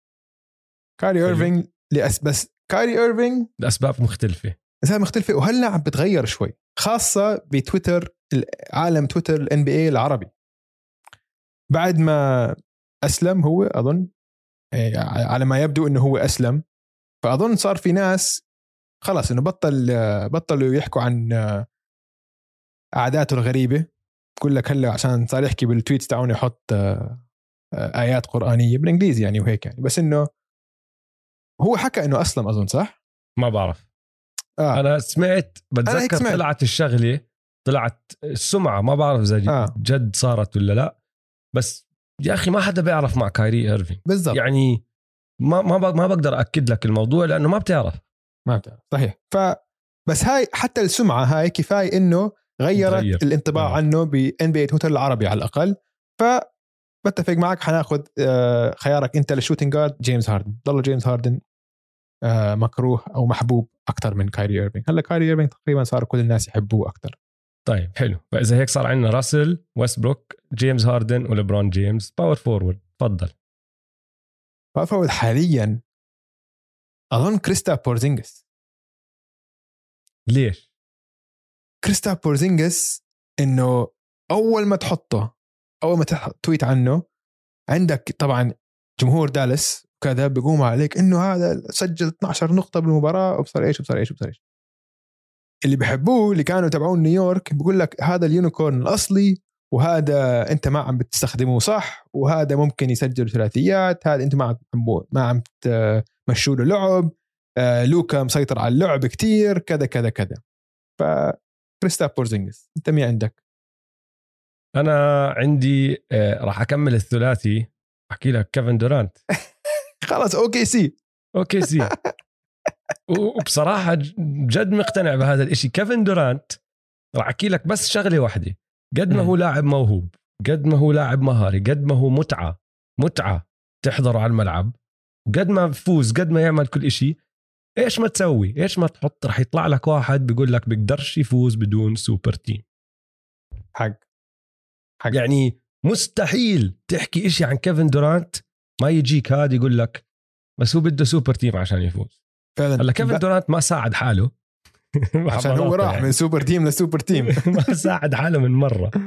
بس كايري إيرفينج لاسباب مختلفه وهلا عم بتغير شوي، خاصه بتويتر، عالم تويتر الان بي اي العربي بعد ما اسلم. هو اظن على ما يبدو انه هو اسلم، فاظن صار في ناس خلاص انه بطلوا يحكوا عن عاداته الغريبه. بقول لك هلا عشان صار يحكي بالتويتس تاعونه يحط ايات قرانيه بالانجليزي يعني وهيك يعني. بس انه هو حكى انه اسلم اظن، صح؟ ما بعرف. انا سمعت بتذكر طلعت الشغله، طلعت السمعه، ما بعرف اذا جد صارت ولا لا. بس يا اخي ما حدا بيعرف مع كايري إيرفينج بالضبط. يعني ما بقدر أكد لك الموضوع لأنه ما بتعرف صحيح. بس هاي حتى السمعة هاي كفاية إنه غيرت الانطباع عنه بNBA تويتر العربي على الأقل. فبتفق معك، حناخد خيارك أنت للشوتينج جارد جيمس هاردن. ضل جيمس هاردن مكروه أو محبوب أكتر من كايري إيرفينج. هلا كايري إيرفينج تقريبا صار كل الناس يحبوه أكتر. طيب حلو. فإذا هيك صار عندنا راسل ويستبروك، جيمس هاردن وليبرون جيمس. باور فورورد تفضل. باور فورورد حاليا أظن كريستاف بورزينغس. ليش؟ كريستاف بورزينغس إنه أول ما تويت عنه عندك طبعا جمهور دالاس وكذا بيقوم عليك إنه هذا سجل 12 نقطة بالمباراة وبصر إيش. اللي بيحبوه اللي كانوا تبعون نيويورك بيقول لك هذا اليونيكورن الأصلي، وهذا أنت ما عم بتستخدمه صح، وهذا ممكن يسجل ثلاثيات، هذا أنت ما عم تمشوا له لعب، لوكا مسيطر على اللعب كتير كذا كذا كذا. فكريستاف بورزينغس أنت مين عندك؟ أنا عندي راح أكمل الثلاثي، أحكي لك كيفن دورانت. خلاص أوكي سي وبصراحة جد مقتنع بهذا الاشي. كيفن دورانت راح أحكي لك بس شغلة واحدة، قد ما هو لاعب موهوب، قد ما هو لاعب مهاري، قد ما هو متعة تحضره على الملعب، وقد ما بفوز، قد ما يعمل كل اشي، ايش ما تسوي، ايش ما تحط، راح يطلع لك واحد بيقول لك بيقدرش يفوز بدون سوبر تيم. حق يعني مستحيل تحكي اشي عن كيفن دورانت ما يجيك هاد يقول لك بس هو بده سوبر تيم عشان يفوز. هلا كيفن دورانت ما ساعد حاله عشان هو راح من سوبر تيم لسوبر تيم. ما ساعد حاله من مرة.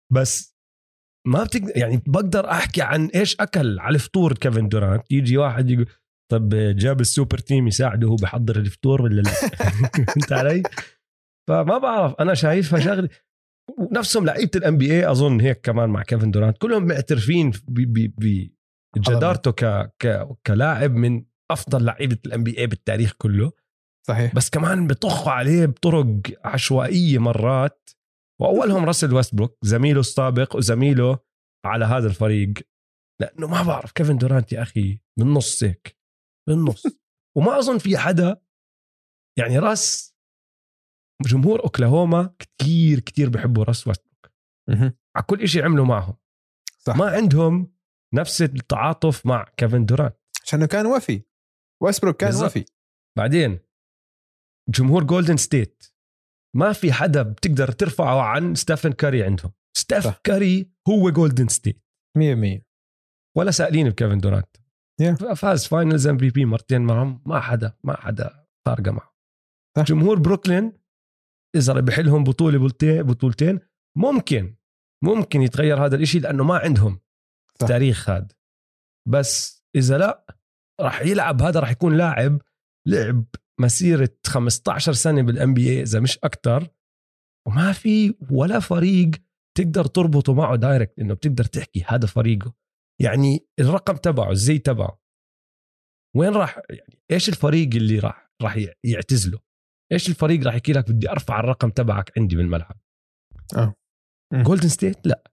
بس ما يعني بقدر احكي عن ايش اكل على الفطور كيفن دورانت. يجي واحد يقول طب جاب السوبر تيم يساعده، هو بيحضر الفطور ولا لا؟ انت علي؟ فما بعرف، انا شايفها شغله نفسهم لعيبه الان بي اي اظن هيك كمان مع كيفن دورانت، كلهم معترفين بجدارته كلاعب من افضل لعيبه الان بي اي بالتاريخ كله. صحيح. بس كمان بطخوا عليه بطرق عشوائيه مرات، واولهم راسل ويستبروك زميله السابق وزميله على هذا الفريق. لانه ما بعرف كيفن دورانت يا اخي بالنص هيك بالنص وما اظن في حدا يعني راس جمهور اوكلاهوما كتير كتير بحبوا راس ويستبروك على كل إشي عملوا معهم. صح. ما عندهم نفس التعاطف مع كيفن دورانت عشانه كان وفي، ويستبروك كان بالزبط. وفي. بعدين جمهور جولدن ستيت ما في حدا بتقدر ترفعه عن ستيفن كاري عندهم. صح. كاري هو جولدن ستيت 100%. ولا سائلين بكيفن دورانت. فاز فاينلز ام في بي مرتين معهم، ما حدا فارقه معه. جمهور بروكلين اذا بحلهم بطولتين ممكن يتغير هذا الاشي لانه ما عندهم تاريخ هذا. بس اذا لا راح يلعب، هذا راح يكون لاعب لعب مسيرة 15 سنة بالان بي اي اذا مش اكتر، وما في ولا فريق تقدر تربطه معه دايركت انه بتقدر تحكي هذا فريقه. يعني الرقم تبعه الزي تبعه وين راح، يعني ايش الفريق اللي راح يعتزله؟ ايش الفريق راح يحكي لك بدي ارفع الرقم تبعك عندي بالملعب؟ جولدن ستيت لا.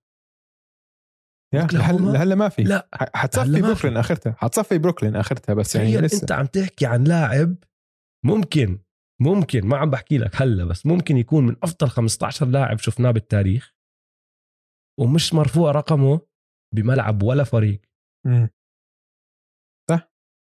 هلا ما في. لا حتصفي بروكلين اخرتها، حتصفي بروكلين اخرتها. بس يعني لسه انت عم تحكي عن لاعب ممكن ما عم بحكي لك هلا، بس ممكن يكون من افضل 15 لاعب شفناه بالتاريخ ومش مرفوع رقمه بملعب ولا فريق. صح.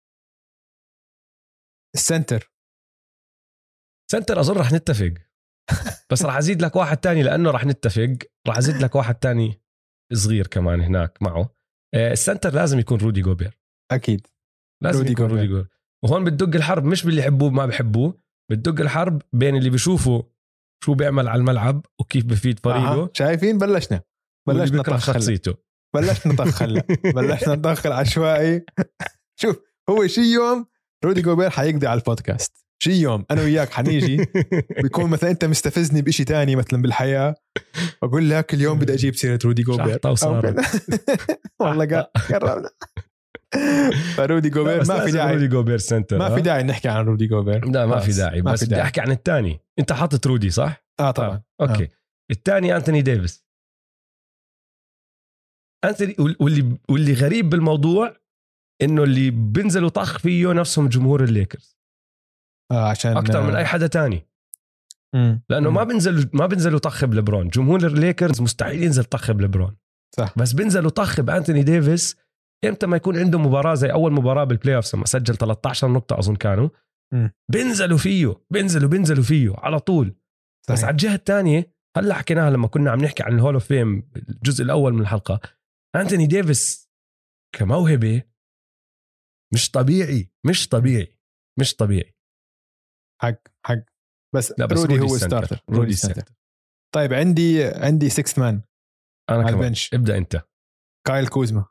السنتر اظن رح نتفق بس رح ازيد لك واحد تاني لانه رح نتفق. رح ازيد لك واحد تاني صغير كمان هناك معه. السنتر لازم يكون رودي جوبير. اكيد لازم رودي يكون رودي جوبير. وهون بتدق الحرب مش باللي يحبوه ما بحبوه، بتدق الحرب بين اللي بيشوفوا شو بيعمل على الملعب وكيف بفيد فريقه. شايفين بلشنا شخصيته بلشنا ندخل عشوائي. شوف هو شي يوم رودي جوبير حيقضي على البودكاست، شي يوم انا وياك حنيجي بيكون مثلا انت مستفزني بشي تاني مثلا بالحياة، اقول لك اليوم بدي اجيب سيرة رودي جوبير والله قربنا. فرودي جوبير ما في داعي. رودي جوبير سنتر ما في داعي نحكي عن رودي جوبير. لا ما في داعي. بس بدي احكي عن الثاني. انت حاطط رودي صح؟ طبعا. اوكي. الثاني أنتوني ديفيس. أنتوني واللي غريب بالموضوع انه اللي بينزلوا طخ فيه نفسهم جمهور الليكرز عشان اكثر من اي حدا تاني. لانه ما بينزلوا طخ بليبرون. جمهور الليكرز مستحيل ينزل طخ بليبرون صح. بس بينزلوا طخ بأنتوني ديفيس امتى ما يكون عنده مباراة زي اول مباراة بالبلاي اوف لما سجل 13 نقطة اظن كانوا. بينزلوا فيه على طول. صحيح. بس على الجهة الثانية هلا حكيناها لما كنا عم نحكي عن الهول اوف فيم الجزء الاول من الحلقة، أنتوني ديفيس كموهبة مش طبيعي. حق بس رودي هو ستارتر. رودي سنتر. طيب عندي 6 مان انا كمان البنش. ابدا انت. كايل كوزما.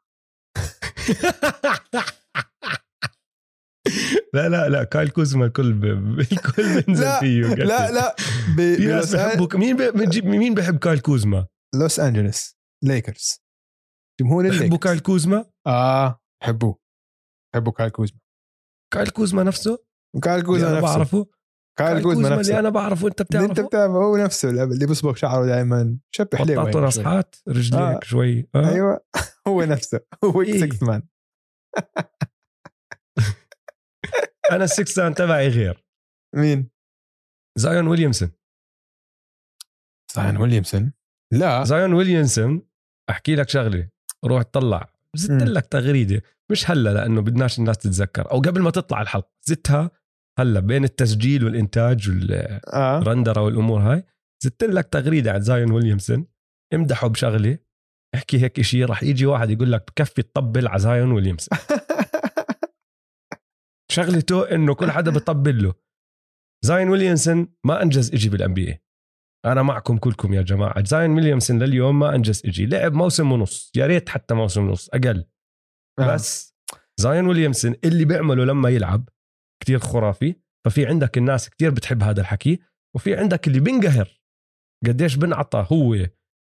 لا كايل كوزما الكل بنزل فيه. لا في ناس بحبه. مين بحب كايل كوزما؟ لوس أنجلوس ليكرز. جمهور الليكرز بحبوا كايل كوزما. حبوا كايل كوزما نفسه. بعرفه. كايل كوزما نفسه اللي انا بعرفه انت بتعرفه. هو نفسه اللي بيصبغ شعره دائما شبه حليوه، بطاطا نصحات رجليك شوي. ايوه هو نفسه. هو 6 مان. انا 6 مان تبعي غير. مين؟ زايون ويليامسون. لا زايون ويليامسون احكي لك شغله. روح تطلع زدت لك تغريده مش هلا لانه بدناش الناس تتذكر او قبل ما تطلع الحلقه زدتها هلا بين التسجيل والإنتاج والرندرة والأمور هاي. زدت لك تغريدة عن زايون ويليامسون امدحه بشغلة احكي هيك إشي راح يجي واحد يقول لك بكفي تطبل على زايون ويليامسون. شغلته إنه كل حدا بيطبل له. زايون ويليامسون ما أنجز إشي بالNBA انا معكم كلكم يا جماعه. زاين ويليامسون لليوم ما انجز اجي، لعب موسم ونص، يا ريت حتى موسم ونص اقل. بس زاين ويليامسون اللي بيعمله لما يلعب كتير خرافي. ففي عندك الناس كتير بتحب هذا الحكي، وفي عندك اللي بينقهر قديش بنعطى هو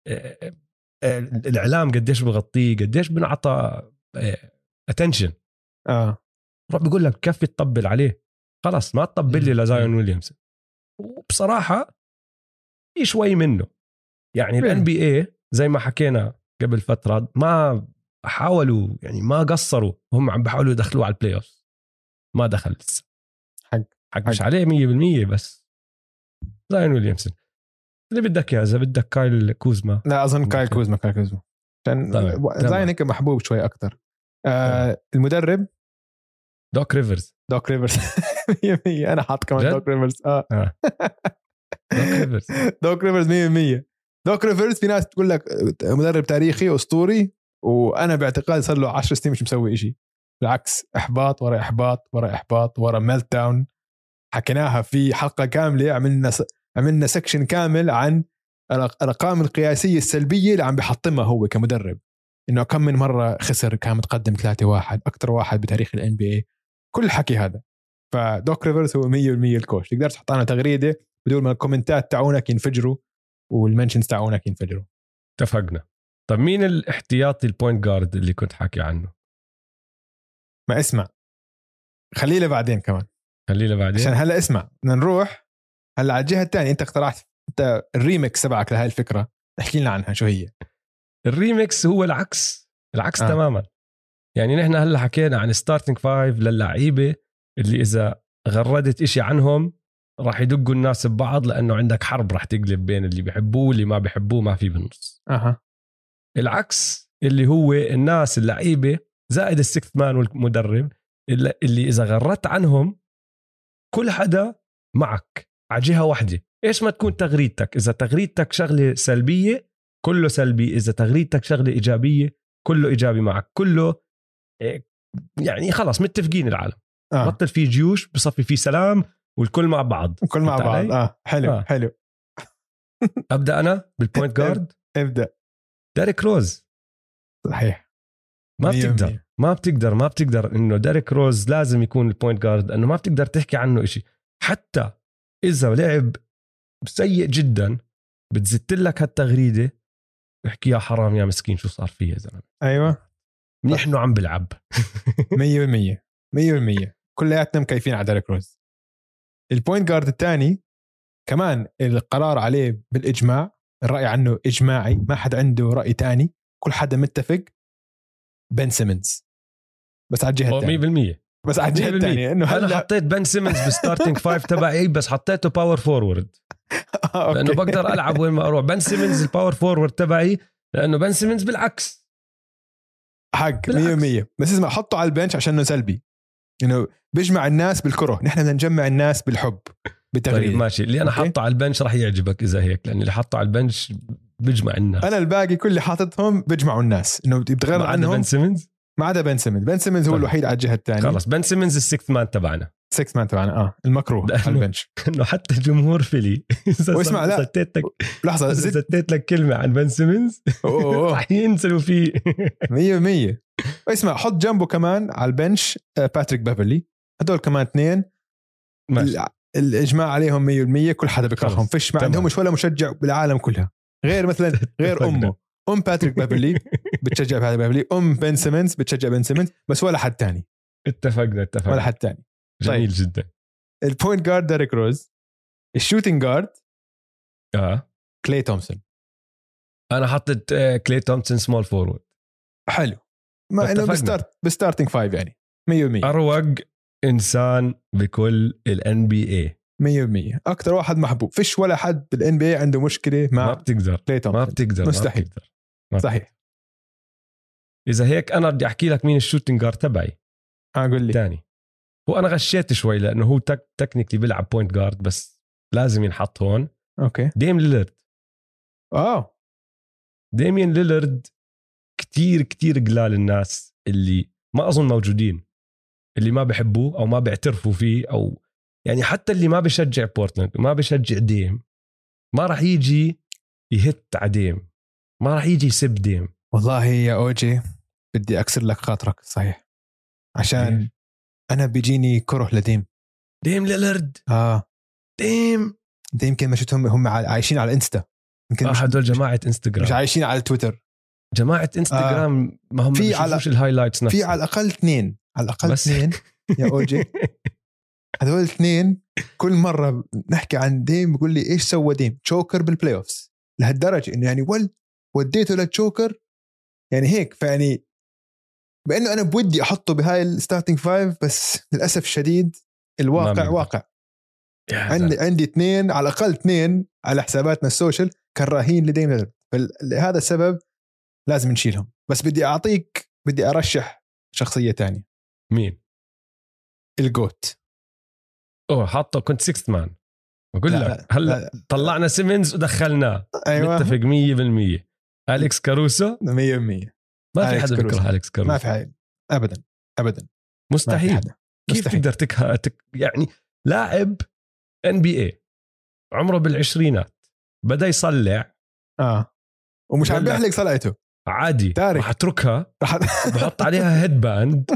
الاعلام قديش بغطيه، قديش بنعطى اتنشن. روح بيقول لك كفي تطبل عليه، خلاص ما تطبل لي لزاين ويليامسون. وبصراحه في شوي منه يعني. الان بي اي زي ما حكينا قبل فتره ما حاولوا يعني، ما قصروا، هم عم بيحاولوا يدخلوه على البلاي اوف، ما دخل لسه. حق مش عليه 100%، بس زاين ويليامسون اللي بدك يا اذا بدك كايل كوزما. لا اظن كايل كوزما عشان زاين هيك محبوب شوي اكتر. المدرب دوك ريفرز 100%. انا حاط كمان دوك ريفرز. دوك ريفرز 100%. دوك ريفرز في ناس تقول لك مدرب تاريخي اسطوري، وانا باعتقاد صار له 10 سنين مش مسوي إشي. بالعكس، احباط ورا احباط ورا احباط ورا ميلت داون. حكيناها في حلقه كامله، عملنا سكشن كامل عن الارقام القياسيه السلبيه اللي عم بيحطمها هو كمدرب، انه كم من مره خسر، كان متقدم 3-1 اكثر واحد بتاريخ الان بي اي، كل الحكي هذا. فدوك ريفرز هو 100% الكوش. تقدر تحط لنا تغريده بدون ما الكومنتات تاعونك ينفجروا والمنشنز تاعونك ينفجروا. اتفقنا. طب مين الاحتياطي البوينت جارد اللي كنت حكي عنه؟ ما اسمع، خليه بعدين كمان، خليه بعدين عشان هلا اسمع بدنا نروح هلا على الجهه الثانيه. انت اقترحت انت الريمكس تبعك لهي الفكره، احكي لنا عنها شو هي. الريمكس هو العكس تماما. يعني نحن هلا حكينا عن ستارتنج 5 للعيبه اللي اذا غردت إشي عنهم راح يدقوا الناس ببعض، لانه عندك حرب راح تقلب بين اللي بيحبوه واللي ما بيحبوه، ما في بالنص. العكس اللي هو الناس اللعيبه زائد السكث مان والمدرب اللي اذا غردت عنهم كل حدا معك على جهه واحده. ايش ما تكون تغريدتك، اذا تغريدتك شغله سلبيه كله سلبي، اذا تغريدتك شغله ايجابيه كله ايجابي معك، كله يعني خلاص متفقين العالم. بطل في جيوش، بصفي في سلام والكل مع بعض. الكل مع بعض. حلو حلو. ابدا انا بالبوينت جارد. ابدا. ديريك روز. صحيح. ما بتقدر انه ديريك روز لازم يكون البوينت جارد، انه ما بتقدر تحكي عنه إشي. حتى اذا لعب سيء جدا بتزت لك هالتغريده، احكي يا حرام يا مسكين شو صار فيه يا زلمه. ايوه منيح انه عم بلعب. 100% كلياتنا مكيفين على ديريك روز. البوينت جارد الثاني كمان القرار عليه بالاجماع، الراي عنه اجماعي، ما حد عنده راي تاني، كل حدا متفق. بن سيمنز. بس على الجهه الثانيه 100%. بس على الجهه الثانيه انه انا حطيت بن سيمنز بستارتنج 5 تبعي، بس حطيته باور فورورد لانه بقدر العب وين ما اروح. بن سيمنز الباور فورورد تبعي، لانه بن سيمنز بالعكس حق 100%. بس اسمع، حطه على البنش عشانه سلبي، انه بيجمع الناس بالكره، نحن بدنا نجمع الناس بالحب بتغريده. طيب ماشي، اللي انا حاطه على البنش راح يعجبك اذا هيك، لان اللي حاطه على البنش بيجمع الناس. انا الباقي كل اللي حاطتهم بيجمعوا الناس، انه يتغير عنهم بن سيمنز، ما عدا بن سيمنز هو الوحيد على الجهه الثانيه. خلص بن سيمنز السكس مان تبعنا، المكروه على البنش. انه حتى جمهور فيلي واسمع، لا لحظه زتيت لك كلمه عن بن سيمنز راح ينزلوا فيه 100%. اسمع، حط جنبه كمان على البنش باتريك بيفرلي. هدول كمان اثنين الاجماع عليهم 100%. كل حدا بيكرههم، فيش ما عندهم ولا مشجع بالعالم كلها غير مثلا غير امه باتريك بيفرلي بتشجع باتريك بيفرلي، بن سيمنز بتشجع بن سيمنز، بس ولا حد تاني. اتفقنا ولا حد تاني. جميل جدا. البوينت جارد ديريك روز. الشوتينج جارد كلاي تومسون. انا حطيت كلاي تومسون سمول فورورد. حلو، ما انه بستارتنج 5 يعني 100%. اروق انسان بكل الان بي اي 100%. اكثر واحد محبوب، فيش ولا حد بالان بي اي عنده مشكله مع ما بتقدر كلاي تومسون. ما بتقدر مستحيل. صحيح. اذا هيك انا بدي احكي لك مين الشوتينج جارد تبعي. قول لي. تاني هو انا غشيت شوي لانه هو تكنيكلي بيلعب بوينت جارد، بس لازم ينحط هون. اوكي. ديم ليلرد. ديمين ليلرد كتير قلال الناس اللي ما أظن موجودين اللي ما بيحبوه أو ما بيعترفوا فيه، أو يعني حتى اللي ما بيشجع بورتلاند وما بيشجع ديم ما راح يجي يهت عديم، ما راح يجي يسب ديم. والله يا اوجي بدي اكسر لك خاطرك صحيح، عشان انا بيجيني كره لديم. ديم ليلارد ديم يمكن ما شفتهم، هم عايشين على الانستا، يمكن مش هدول جماعه انستغرام، مش عايشين على تويتر. جماعه انستغرام ما هم بيشوفوش الهايلايتس نفسها. في على الاقل اثنين يا اوجي هذول الاثنين كل مره نحكي عن ديم بيقول لي ايش سوى ديم تشوكر بالبلاي اوفز لهالدرجه انه يعني وديته للتشوكر يعني هيك. فيعني بانه انا بودي احطه بهاي الستارتنج فايف، بس للاسف الشديد الواقع واقع. عندي اثنين على الاقل، اثنين على حساباتنا السوشيال كراهين لديم ليلارد، فلهذا السبب لازم نشيلهم. بس بدي ارشح شخصيه تانية. مين؟ الجوت. حاطه كنت 6 مان بقول لك هلا طلعنا سيمنز ودخلناه. أيوة. متفق 100%. أليكس كاروسو 100%. ما في حدا بيكره أليكس كاروسو، ما في حدا ابدا مستحيل. كيف تقدر يعني لاعب NBA عمره بالعشرينات بدأ يصلع ومش عم بيحلق صلعته عادي، راح اتركها بحط عليها هيد باند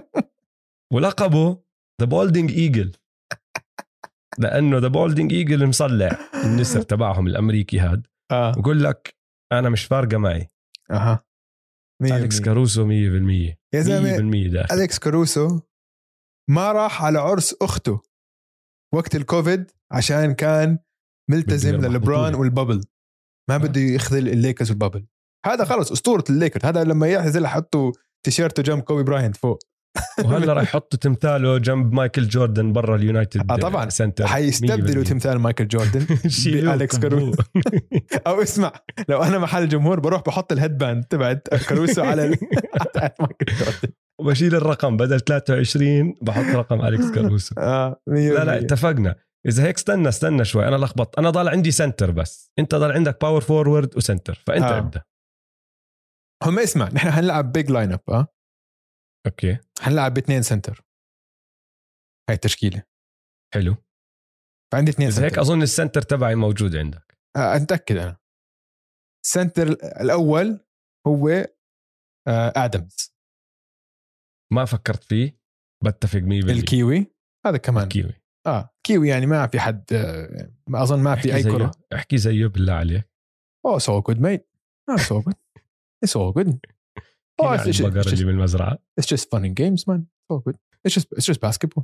ولقبه ذا بولدينج ايجل، لانه ذا بولدينج ايجل مصلع النسر تبعهم الامريكي هاد. وقول لك انا مش فارقه معي. أليكس كاروسو 100% يا زلمه. 100% أليكس كاروسو ما راح على عرس اخته وقت الكوفيد عشان كان ملتزم للبران والبابل، ما بده يخذل الليكرز والبابل. هذا خلص أسطورة الليكرز، هذا لما يحزل حطوا تيشيرته جنب كوبي براينت فوق وهلا راح يحطوا تمثاله جنب مايكل جوردن برا اليونايتد طبعا سنتر. حيستبدلوا تمثال مايكل جوردن بأليكس كاروسو. او اسمع، لو انا محل الجمهور بروح بحط الهيد باند تبعت كاروسو على مايكل جوردن وبشيل الرقم بدل 23 بحط رقم أليكس كاروسو. لا اتفقنا. إذا هيك استنى شوي، أنا لخبط. أنا ضل عندي سنتر، بس أنت ضل عندك باور فورورد وسنتر، فأنت ابدأ. هم اسمع، نحن هنلعب بيج لاين اب. أوكي هنلعب ب2 سنتر، هاي التشكيلة حلو. فعندي 2 سنتر. هيك أظن السنتر تبعي موجود عندك. أتأكد أنا. السنتر الأول هو آدمز. ما فكرت فيه، بتفق 100%. الكيوي هذا كمان الكيوي. كيوي يعني ما في حد، ما أظن ما في أي كرة. احكي زيه بالله عليك. so good mate. so good. It's all good. البقرة اللي من المزرعة. It's just fun and games man. So good. It's just basketball.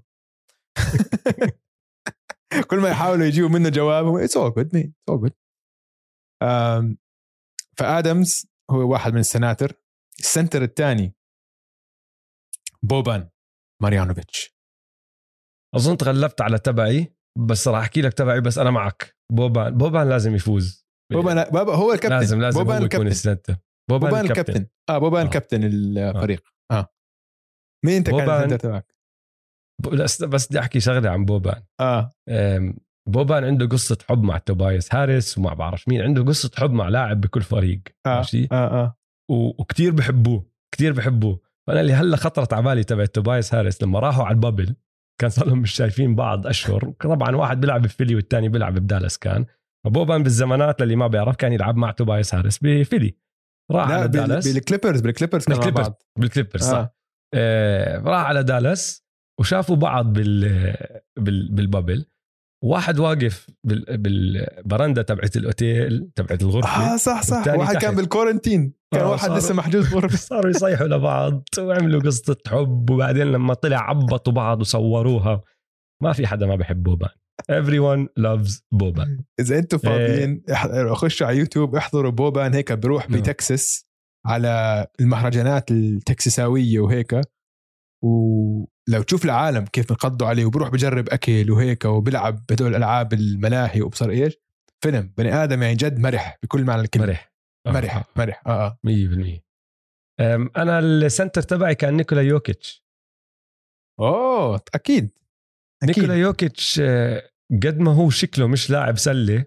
كل ما يحاولوا يجيبوا منه جواب it's all good mate. It's all good. فآدمز هو واحد من السناتر. السنتر الثاني بوبان ماريانوفيتش. أظن تغلبت على تبعي، بس راح أحكي لك تبعي. بس أنا معك. بوبان لازم يفوز. بوبان هو الكابتن. لازم بوبان هو يكون السنتر. بوبان الكابتن. بوبان كابتن الفريق. مين انت كان السنتر تبعك؟ بس بدي احكي شغله عن بوبان. بوبان عنده قصه حب مع توبايس هاريس وما بعرف مين، عنده قصه حب مع لاعب بكل فريق. ماشي. وكتير بحبوه. فانا اللي هلا خطرت على بالي تبع توبايس هاريس لما راحوا على البابل، كان صار لهم مش شايفين بعض اشهر. طبعا واحد بيلعب بفيلي والتاني بيلعب بدالاس. كان بوبان بالزمانات اللي ما بيعرف كان يلعب مع توبايس هاريس بفيلي. راح على دالاس بالكليبرز كانوا بعض. بالكليبرز صح. راح على دالاس وشافوا بعض بالبابل. واحد واقف بالبرندة تبعت الاوتيل تبعت الغرفة. صح. واحد كان بالكورنتين، كان واحد لسه محجوز غرفة. صاروا يصيحوا لبعض وعملوا قصة حب، وبعدين لما طلع عبطوا بعض وصوروها. ما في حدا ما بحب بوبان. Everyone loves بوبان. إذا أنتوا فاضيين خشوا على يوتيوب احضروا بوبان. هيك بروح بتكساس على المهرجانات التكساساوية وهيك، ولو تشوف العالم كيف بنقضوا عليه، وبروح بجرب أكل وهيك، وبلعب بدول الألعاب الملاهي وبصر إيش. فيلم بني آدم يعني جد مرح بكل معنى الكلمة. مرح 100%. أنا السنتر تبعي كان نيكولا يوكيتش. أكيد. نيكولا يوكيتش قد ما هو شكله مش لاعب سلة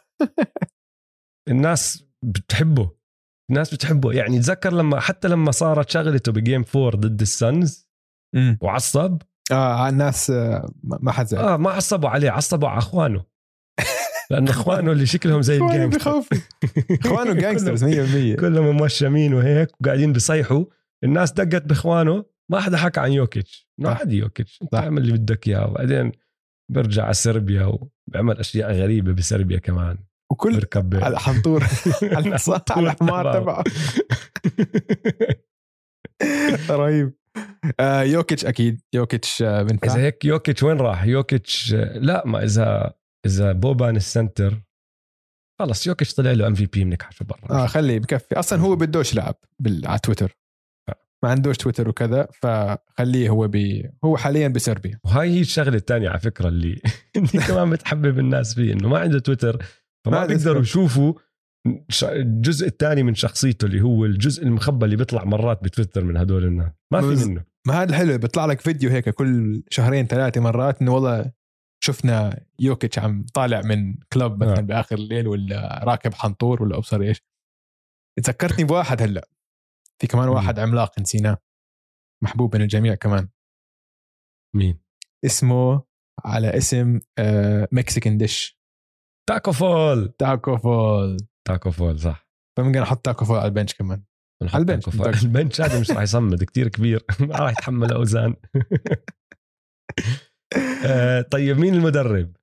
الناس بتحبه. يعني تذكر حتى لما صارت شغلته بجيم 4 ضد السانز وعصب الناس ما حد زعل. ما عصبوا عليه، عصبوا على اخوانه. لأن إخوانه اللي شكلهم زي الجانجستر، إخوانه جانجسترز 100%، كلهم موشمين وهيك وقاعدين بيصيحوا. الناس دقت بإخوانه، ما حدا حكى عن يوكيتش. عادي يوكيتش، انت اعمل اللي بدك اياه. وبعدين برجع على صربيا وبعمل اشياء غريبه بصربيا كمان، وكل بركب على حنطور على الحمار تبعه. رهيب. يوكيتش اكيد يوكيتش بنفع. اذا هيك يوكيتش وين راح؟ يوكيتش لا، ما اذا بوبان السنتر خلص يوكيتش طلع له MVP بنكحشه برا. خليه بكفي اصلا، هو بدوش لعب على تويتر، ما عندوش تويتر وكذا، فخليه هو حاليا بسربيا. وهاي هي الشغله الثانيه على فكره اللي كمان بتحبب الناس فيه، انه ما عنده تويتر فما بيقدروا يشوفوا الجزء الثاني من شخصيته اللي هو الجزء المخبى اللي بيطلع مرات بتويتر من هدول الناس، ما في منه. ما هذا الحلو، بيطلع لك فيديو هيك كل شهرين 3 مرات انه والله شفنا يوكيتش عم طالع من كلوب مثلا باخر الليل، ولا راكب حنطور، ولا ابصر ايش. تذكرتني بواحد هلا، في كمان واحد عملاق نسيناه، محبوب من الجميع كمان. مين اسمه على اسم مكسيكان ديش، تاكو فول. تاكو فول صح. فممكن نحط تاكو فول على البنش كمان. على البنش هذا مش راح يصمد كتير كبير، ما راح يتحمل اوزان. طيب مين المدرب؟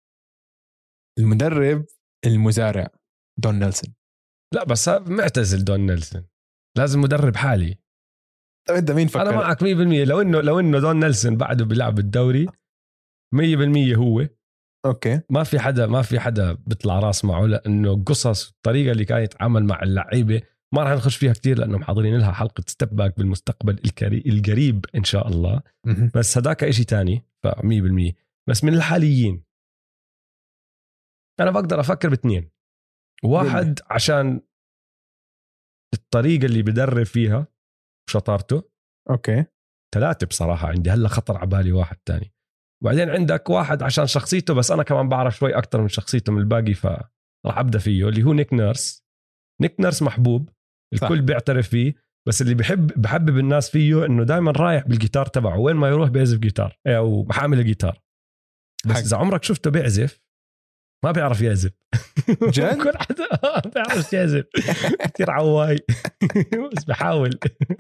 المزارع دون نيلسون. لا بس معتزل دون نيلسون، لازم مدرب حالي. طيب انت مين فكر؟ انا معك 100%. لو انه دون نيلسون بعده بيلعب الدوري 100% هو. اوكي، ما في حدا بيطلع راس معه، لانه قصص الطريقه اللي كان يتعامل مع اللعيبه ما راح نخش فيها كتير، لانه محضرين لها حلقه ستيب باك بالمستقبل القريب ان شاء الله. بس هداك إشي تاني، ف100%. بس من الحاليين انا بقدر افكر باثنين. واحد عشان الطريقه اللي بدرب فيها وشطارته. اوكي. 3 بصراحه عندي هلا خطر على بالي واحد تاني. وبعدين عندك واحد عشان شخصيته، بس انا كمان بعرف شوي اكتر من شخصيته من الباقي، فراح ابدا فيه، اللي هو نيك نيرس محبوب، الكل صح. بيعترف فيه، بس اللي بحبب الناس فيه انه دائما رايح بالجيتار تبعه، وين ما يروح بيعزف جيتار او بحامل الجيتار. بس اذا عمرك شفته بيعزف ما بيعرف يعزف. جد؟ كل حدا بيعرف يعزف، كتير عواي. بس بحاول.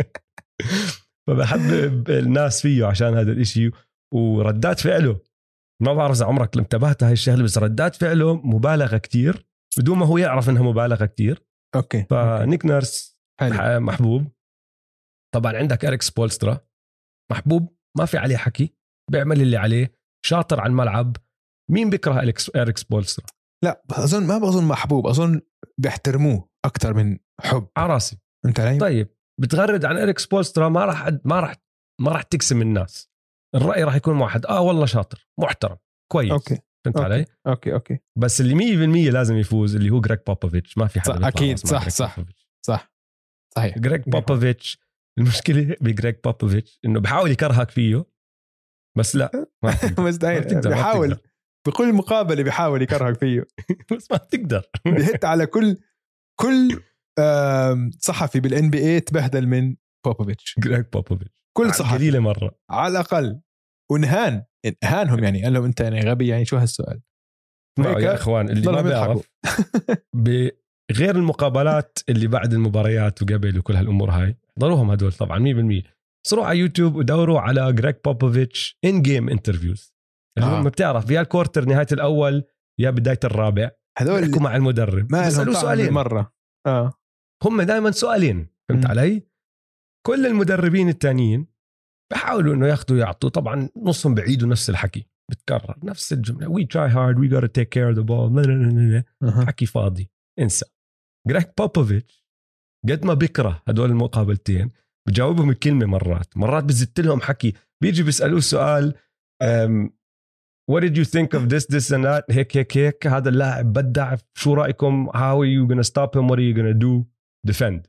فبحبب الناس فيه عشان هذا الاشي. وردات فعله، ما بعرف اذا عمرك انتبهت هاي الشغله، بس ردات فعله مبالغه كتير بدون ما هو يعرف انها مبالغه كتير. اوكي. فنيك نيرس محبوب. طبعا عندك إريك سبولسترا محبوب، ما في عليه حكي، بيعمل اللي عليه، شاطر على الملعب. مين بيكره إريك سبولسترا؟ لا ما بظن محبوب، اظن بيحترموه اكثر من حب. عراسي انت علي؟ طيب بتغرد عن إريك سبولسترا ما راح تقسم الناس. الرأي راح يكون واحد، والله شاطر محترم كويس. اوكي. فهمت علي؟ اوكي. بس اللي 100% لازم يفوز اللي هو غريغ بوبوفيتش. ما في حدا اكيد. صح صحيح. غريغ بوبوفيتش. المشكله بغريغ بوبوفيتش انه بحاول يكرهك فيه، بس لا بس بيحاول بكل مقابله بيحاول يكرهك فيه. بس ما تقدر. بيهت على كل صحفي بالان بي اي تبهدل من بوبوفيتش. غريغ بوبوفيتش كل صحفي قليله مره على الاقل، ونهانهم يعني، قال لهم انت يعني غبي، يعني شو هالسؤال. يا اخوان اللي ما بيعرف بغير المقابلات اللي بعد المباريات وقبل وكل هالامور هاي، ضروهم هدول طبعا 100%. صاروا على يوتيوب ودوروا على غريغ بوبوفيتش ان جيم انترفيوز، اللي هم بتعرف يا الكورتر نهايه الاول يا بدايه الرابع، هدول يحكوا مع المدرب ما يسالوا سؤالين مره. هم دائما سؤالين. فهمت علي؟ كل المدربين التانيين بحاولوا انه ياخذوا يعطوا، طبعا نصهم بعيدوا نفس الحكي، بتكرر نفس الجمله we try hard we gotta take care of the ball. حكي فاضي، انسى. غريغ بوبوفيتش قد ما بيكره هدول المقابلتين بجاوبهم الكلمه، مرات بزت لهم حكي، بيجي بيسالوه سؤال what did you think of this and that، هيك هذا اللاعب بدع، شو رايكم، how are you gonna stop him, what are you gonna do, defend.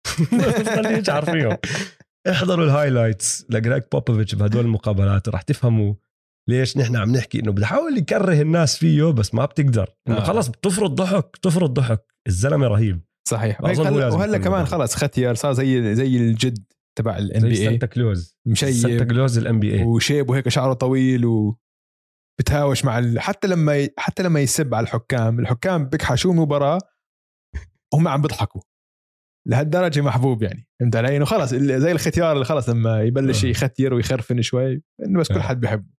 مش عارفينهم. احضروا الهايلايتس لغريغ بوبوفيتش بهدول المقابلات، راح تفهموا ليش نحن عم نحكي انه بحاول يكره الناس فيه بس ما بتقدر. خلص بتفرض ضحك الزلمه رهيب. صحيح. وهلا كمان خلص ختيار، صار زي الجد تبع الان بي اي، سانتا كلوز مشيب سانتا كلوز الان بي اي، وشيب وهيك شعره طويل بتهاوش مع حتى لما يسب على الحكام بيكحشوا مباراة هم عم بيضحكوا لهالدرجة. محبوب يعني، فهمت علي؟ انه خلص زي الختيار اللي خلص لما يبلش يختير ويخرفن شوي انه بس كل حد بيحبه.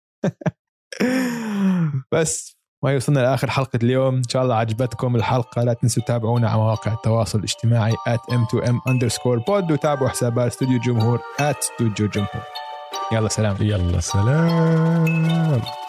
بس ما يوصلنا لآخر حلقة اليوم. إن شاء الله عجبتكم الحلقة. لا تنسوا تتابعونا على مواقع التواصل الاجتماعي @m2m_pod وتابعوا حسابات استوديو جمهور @studio جمهور. يلا سلام. يلا سلام.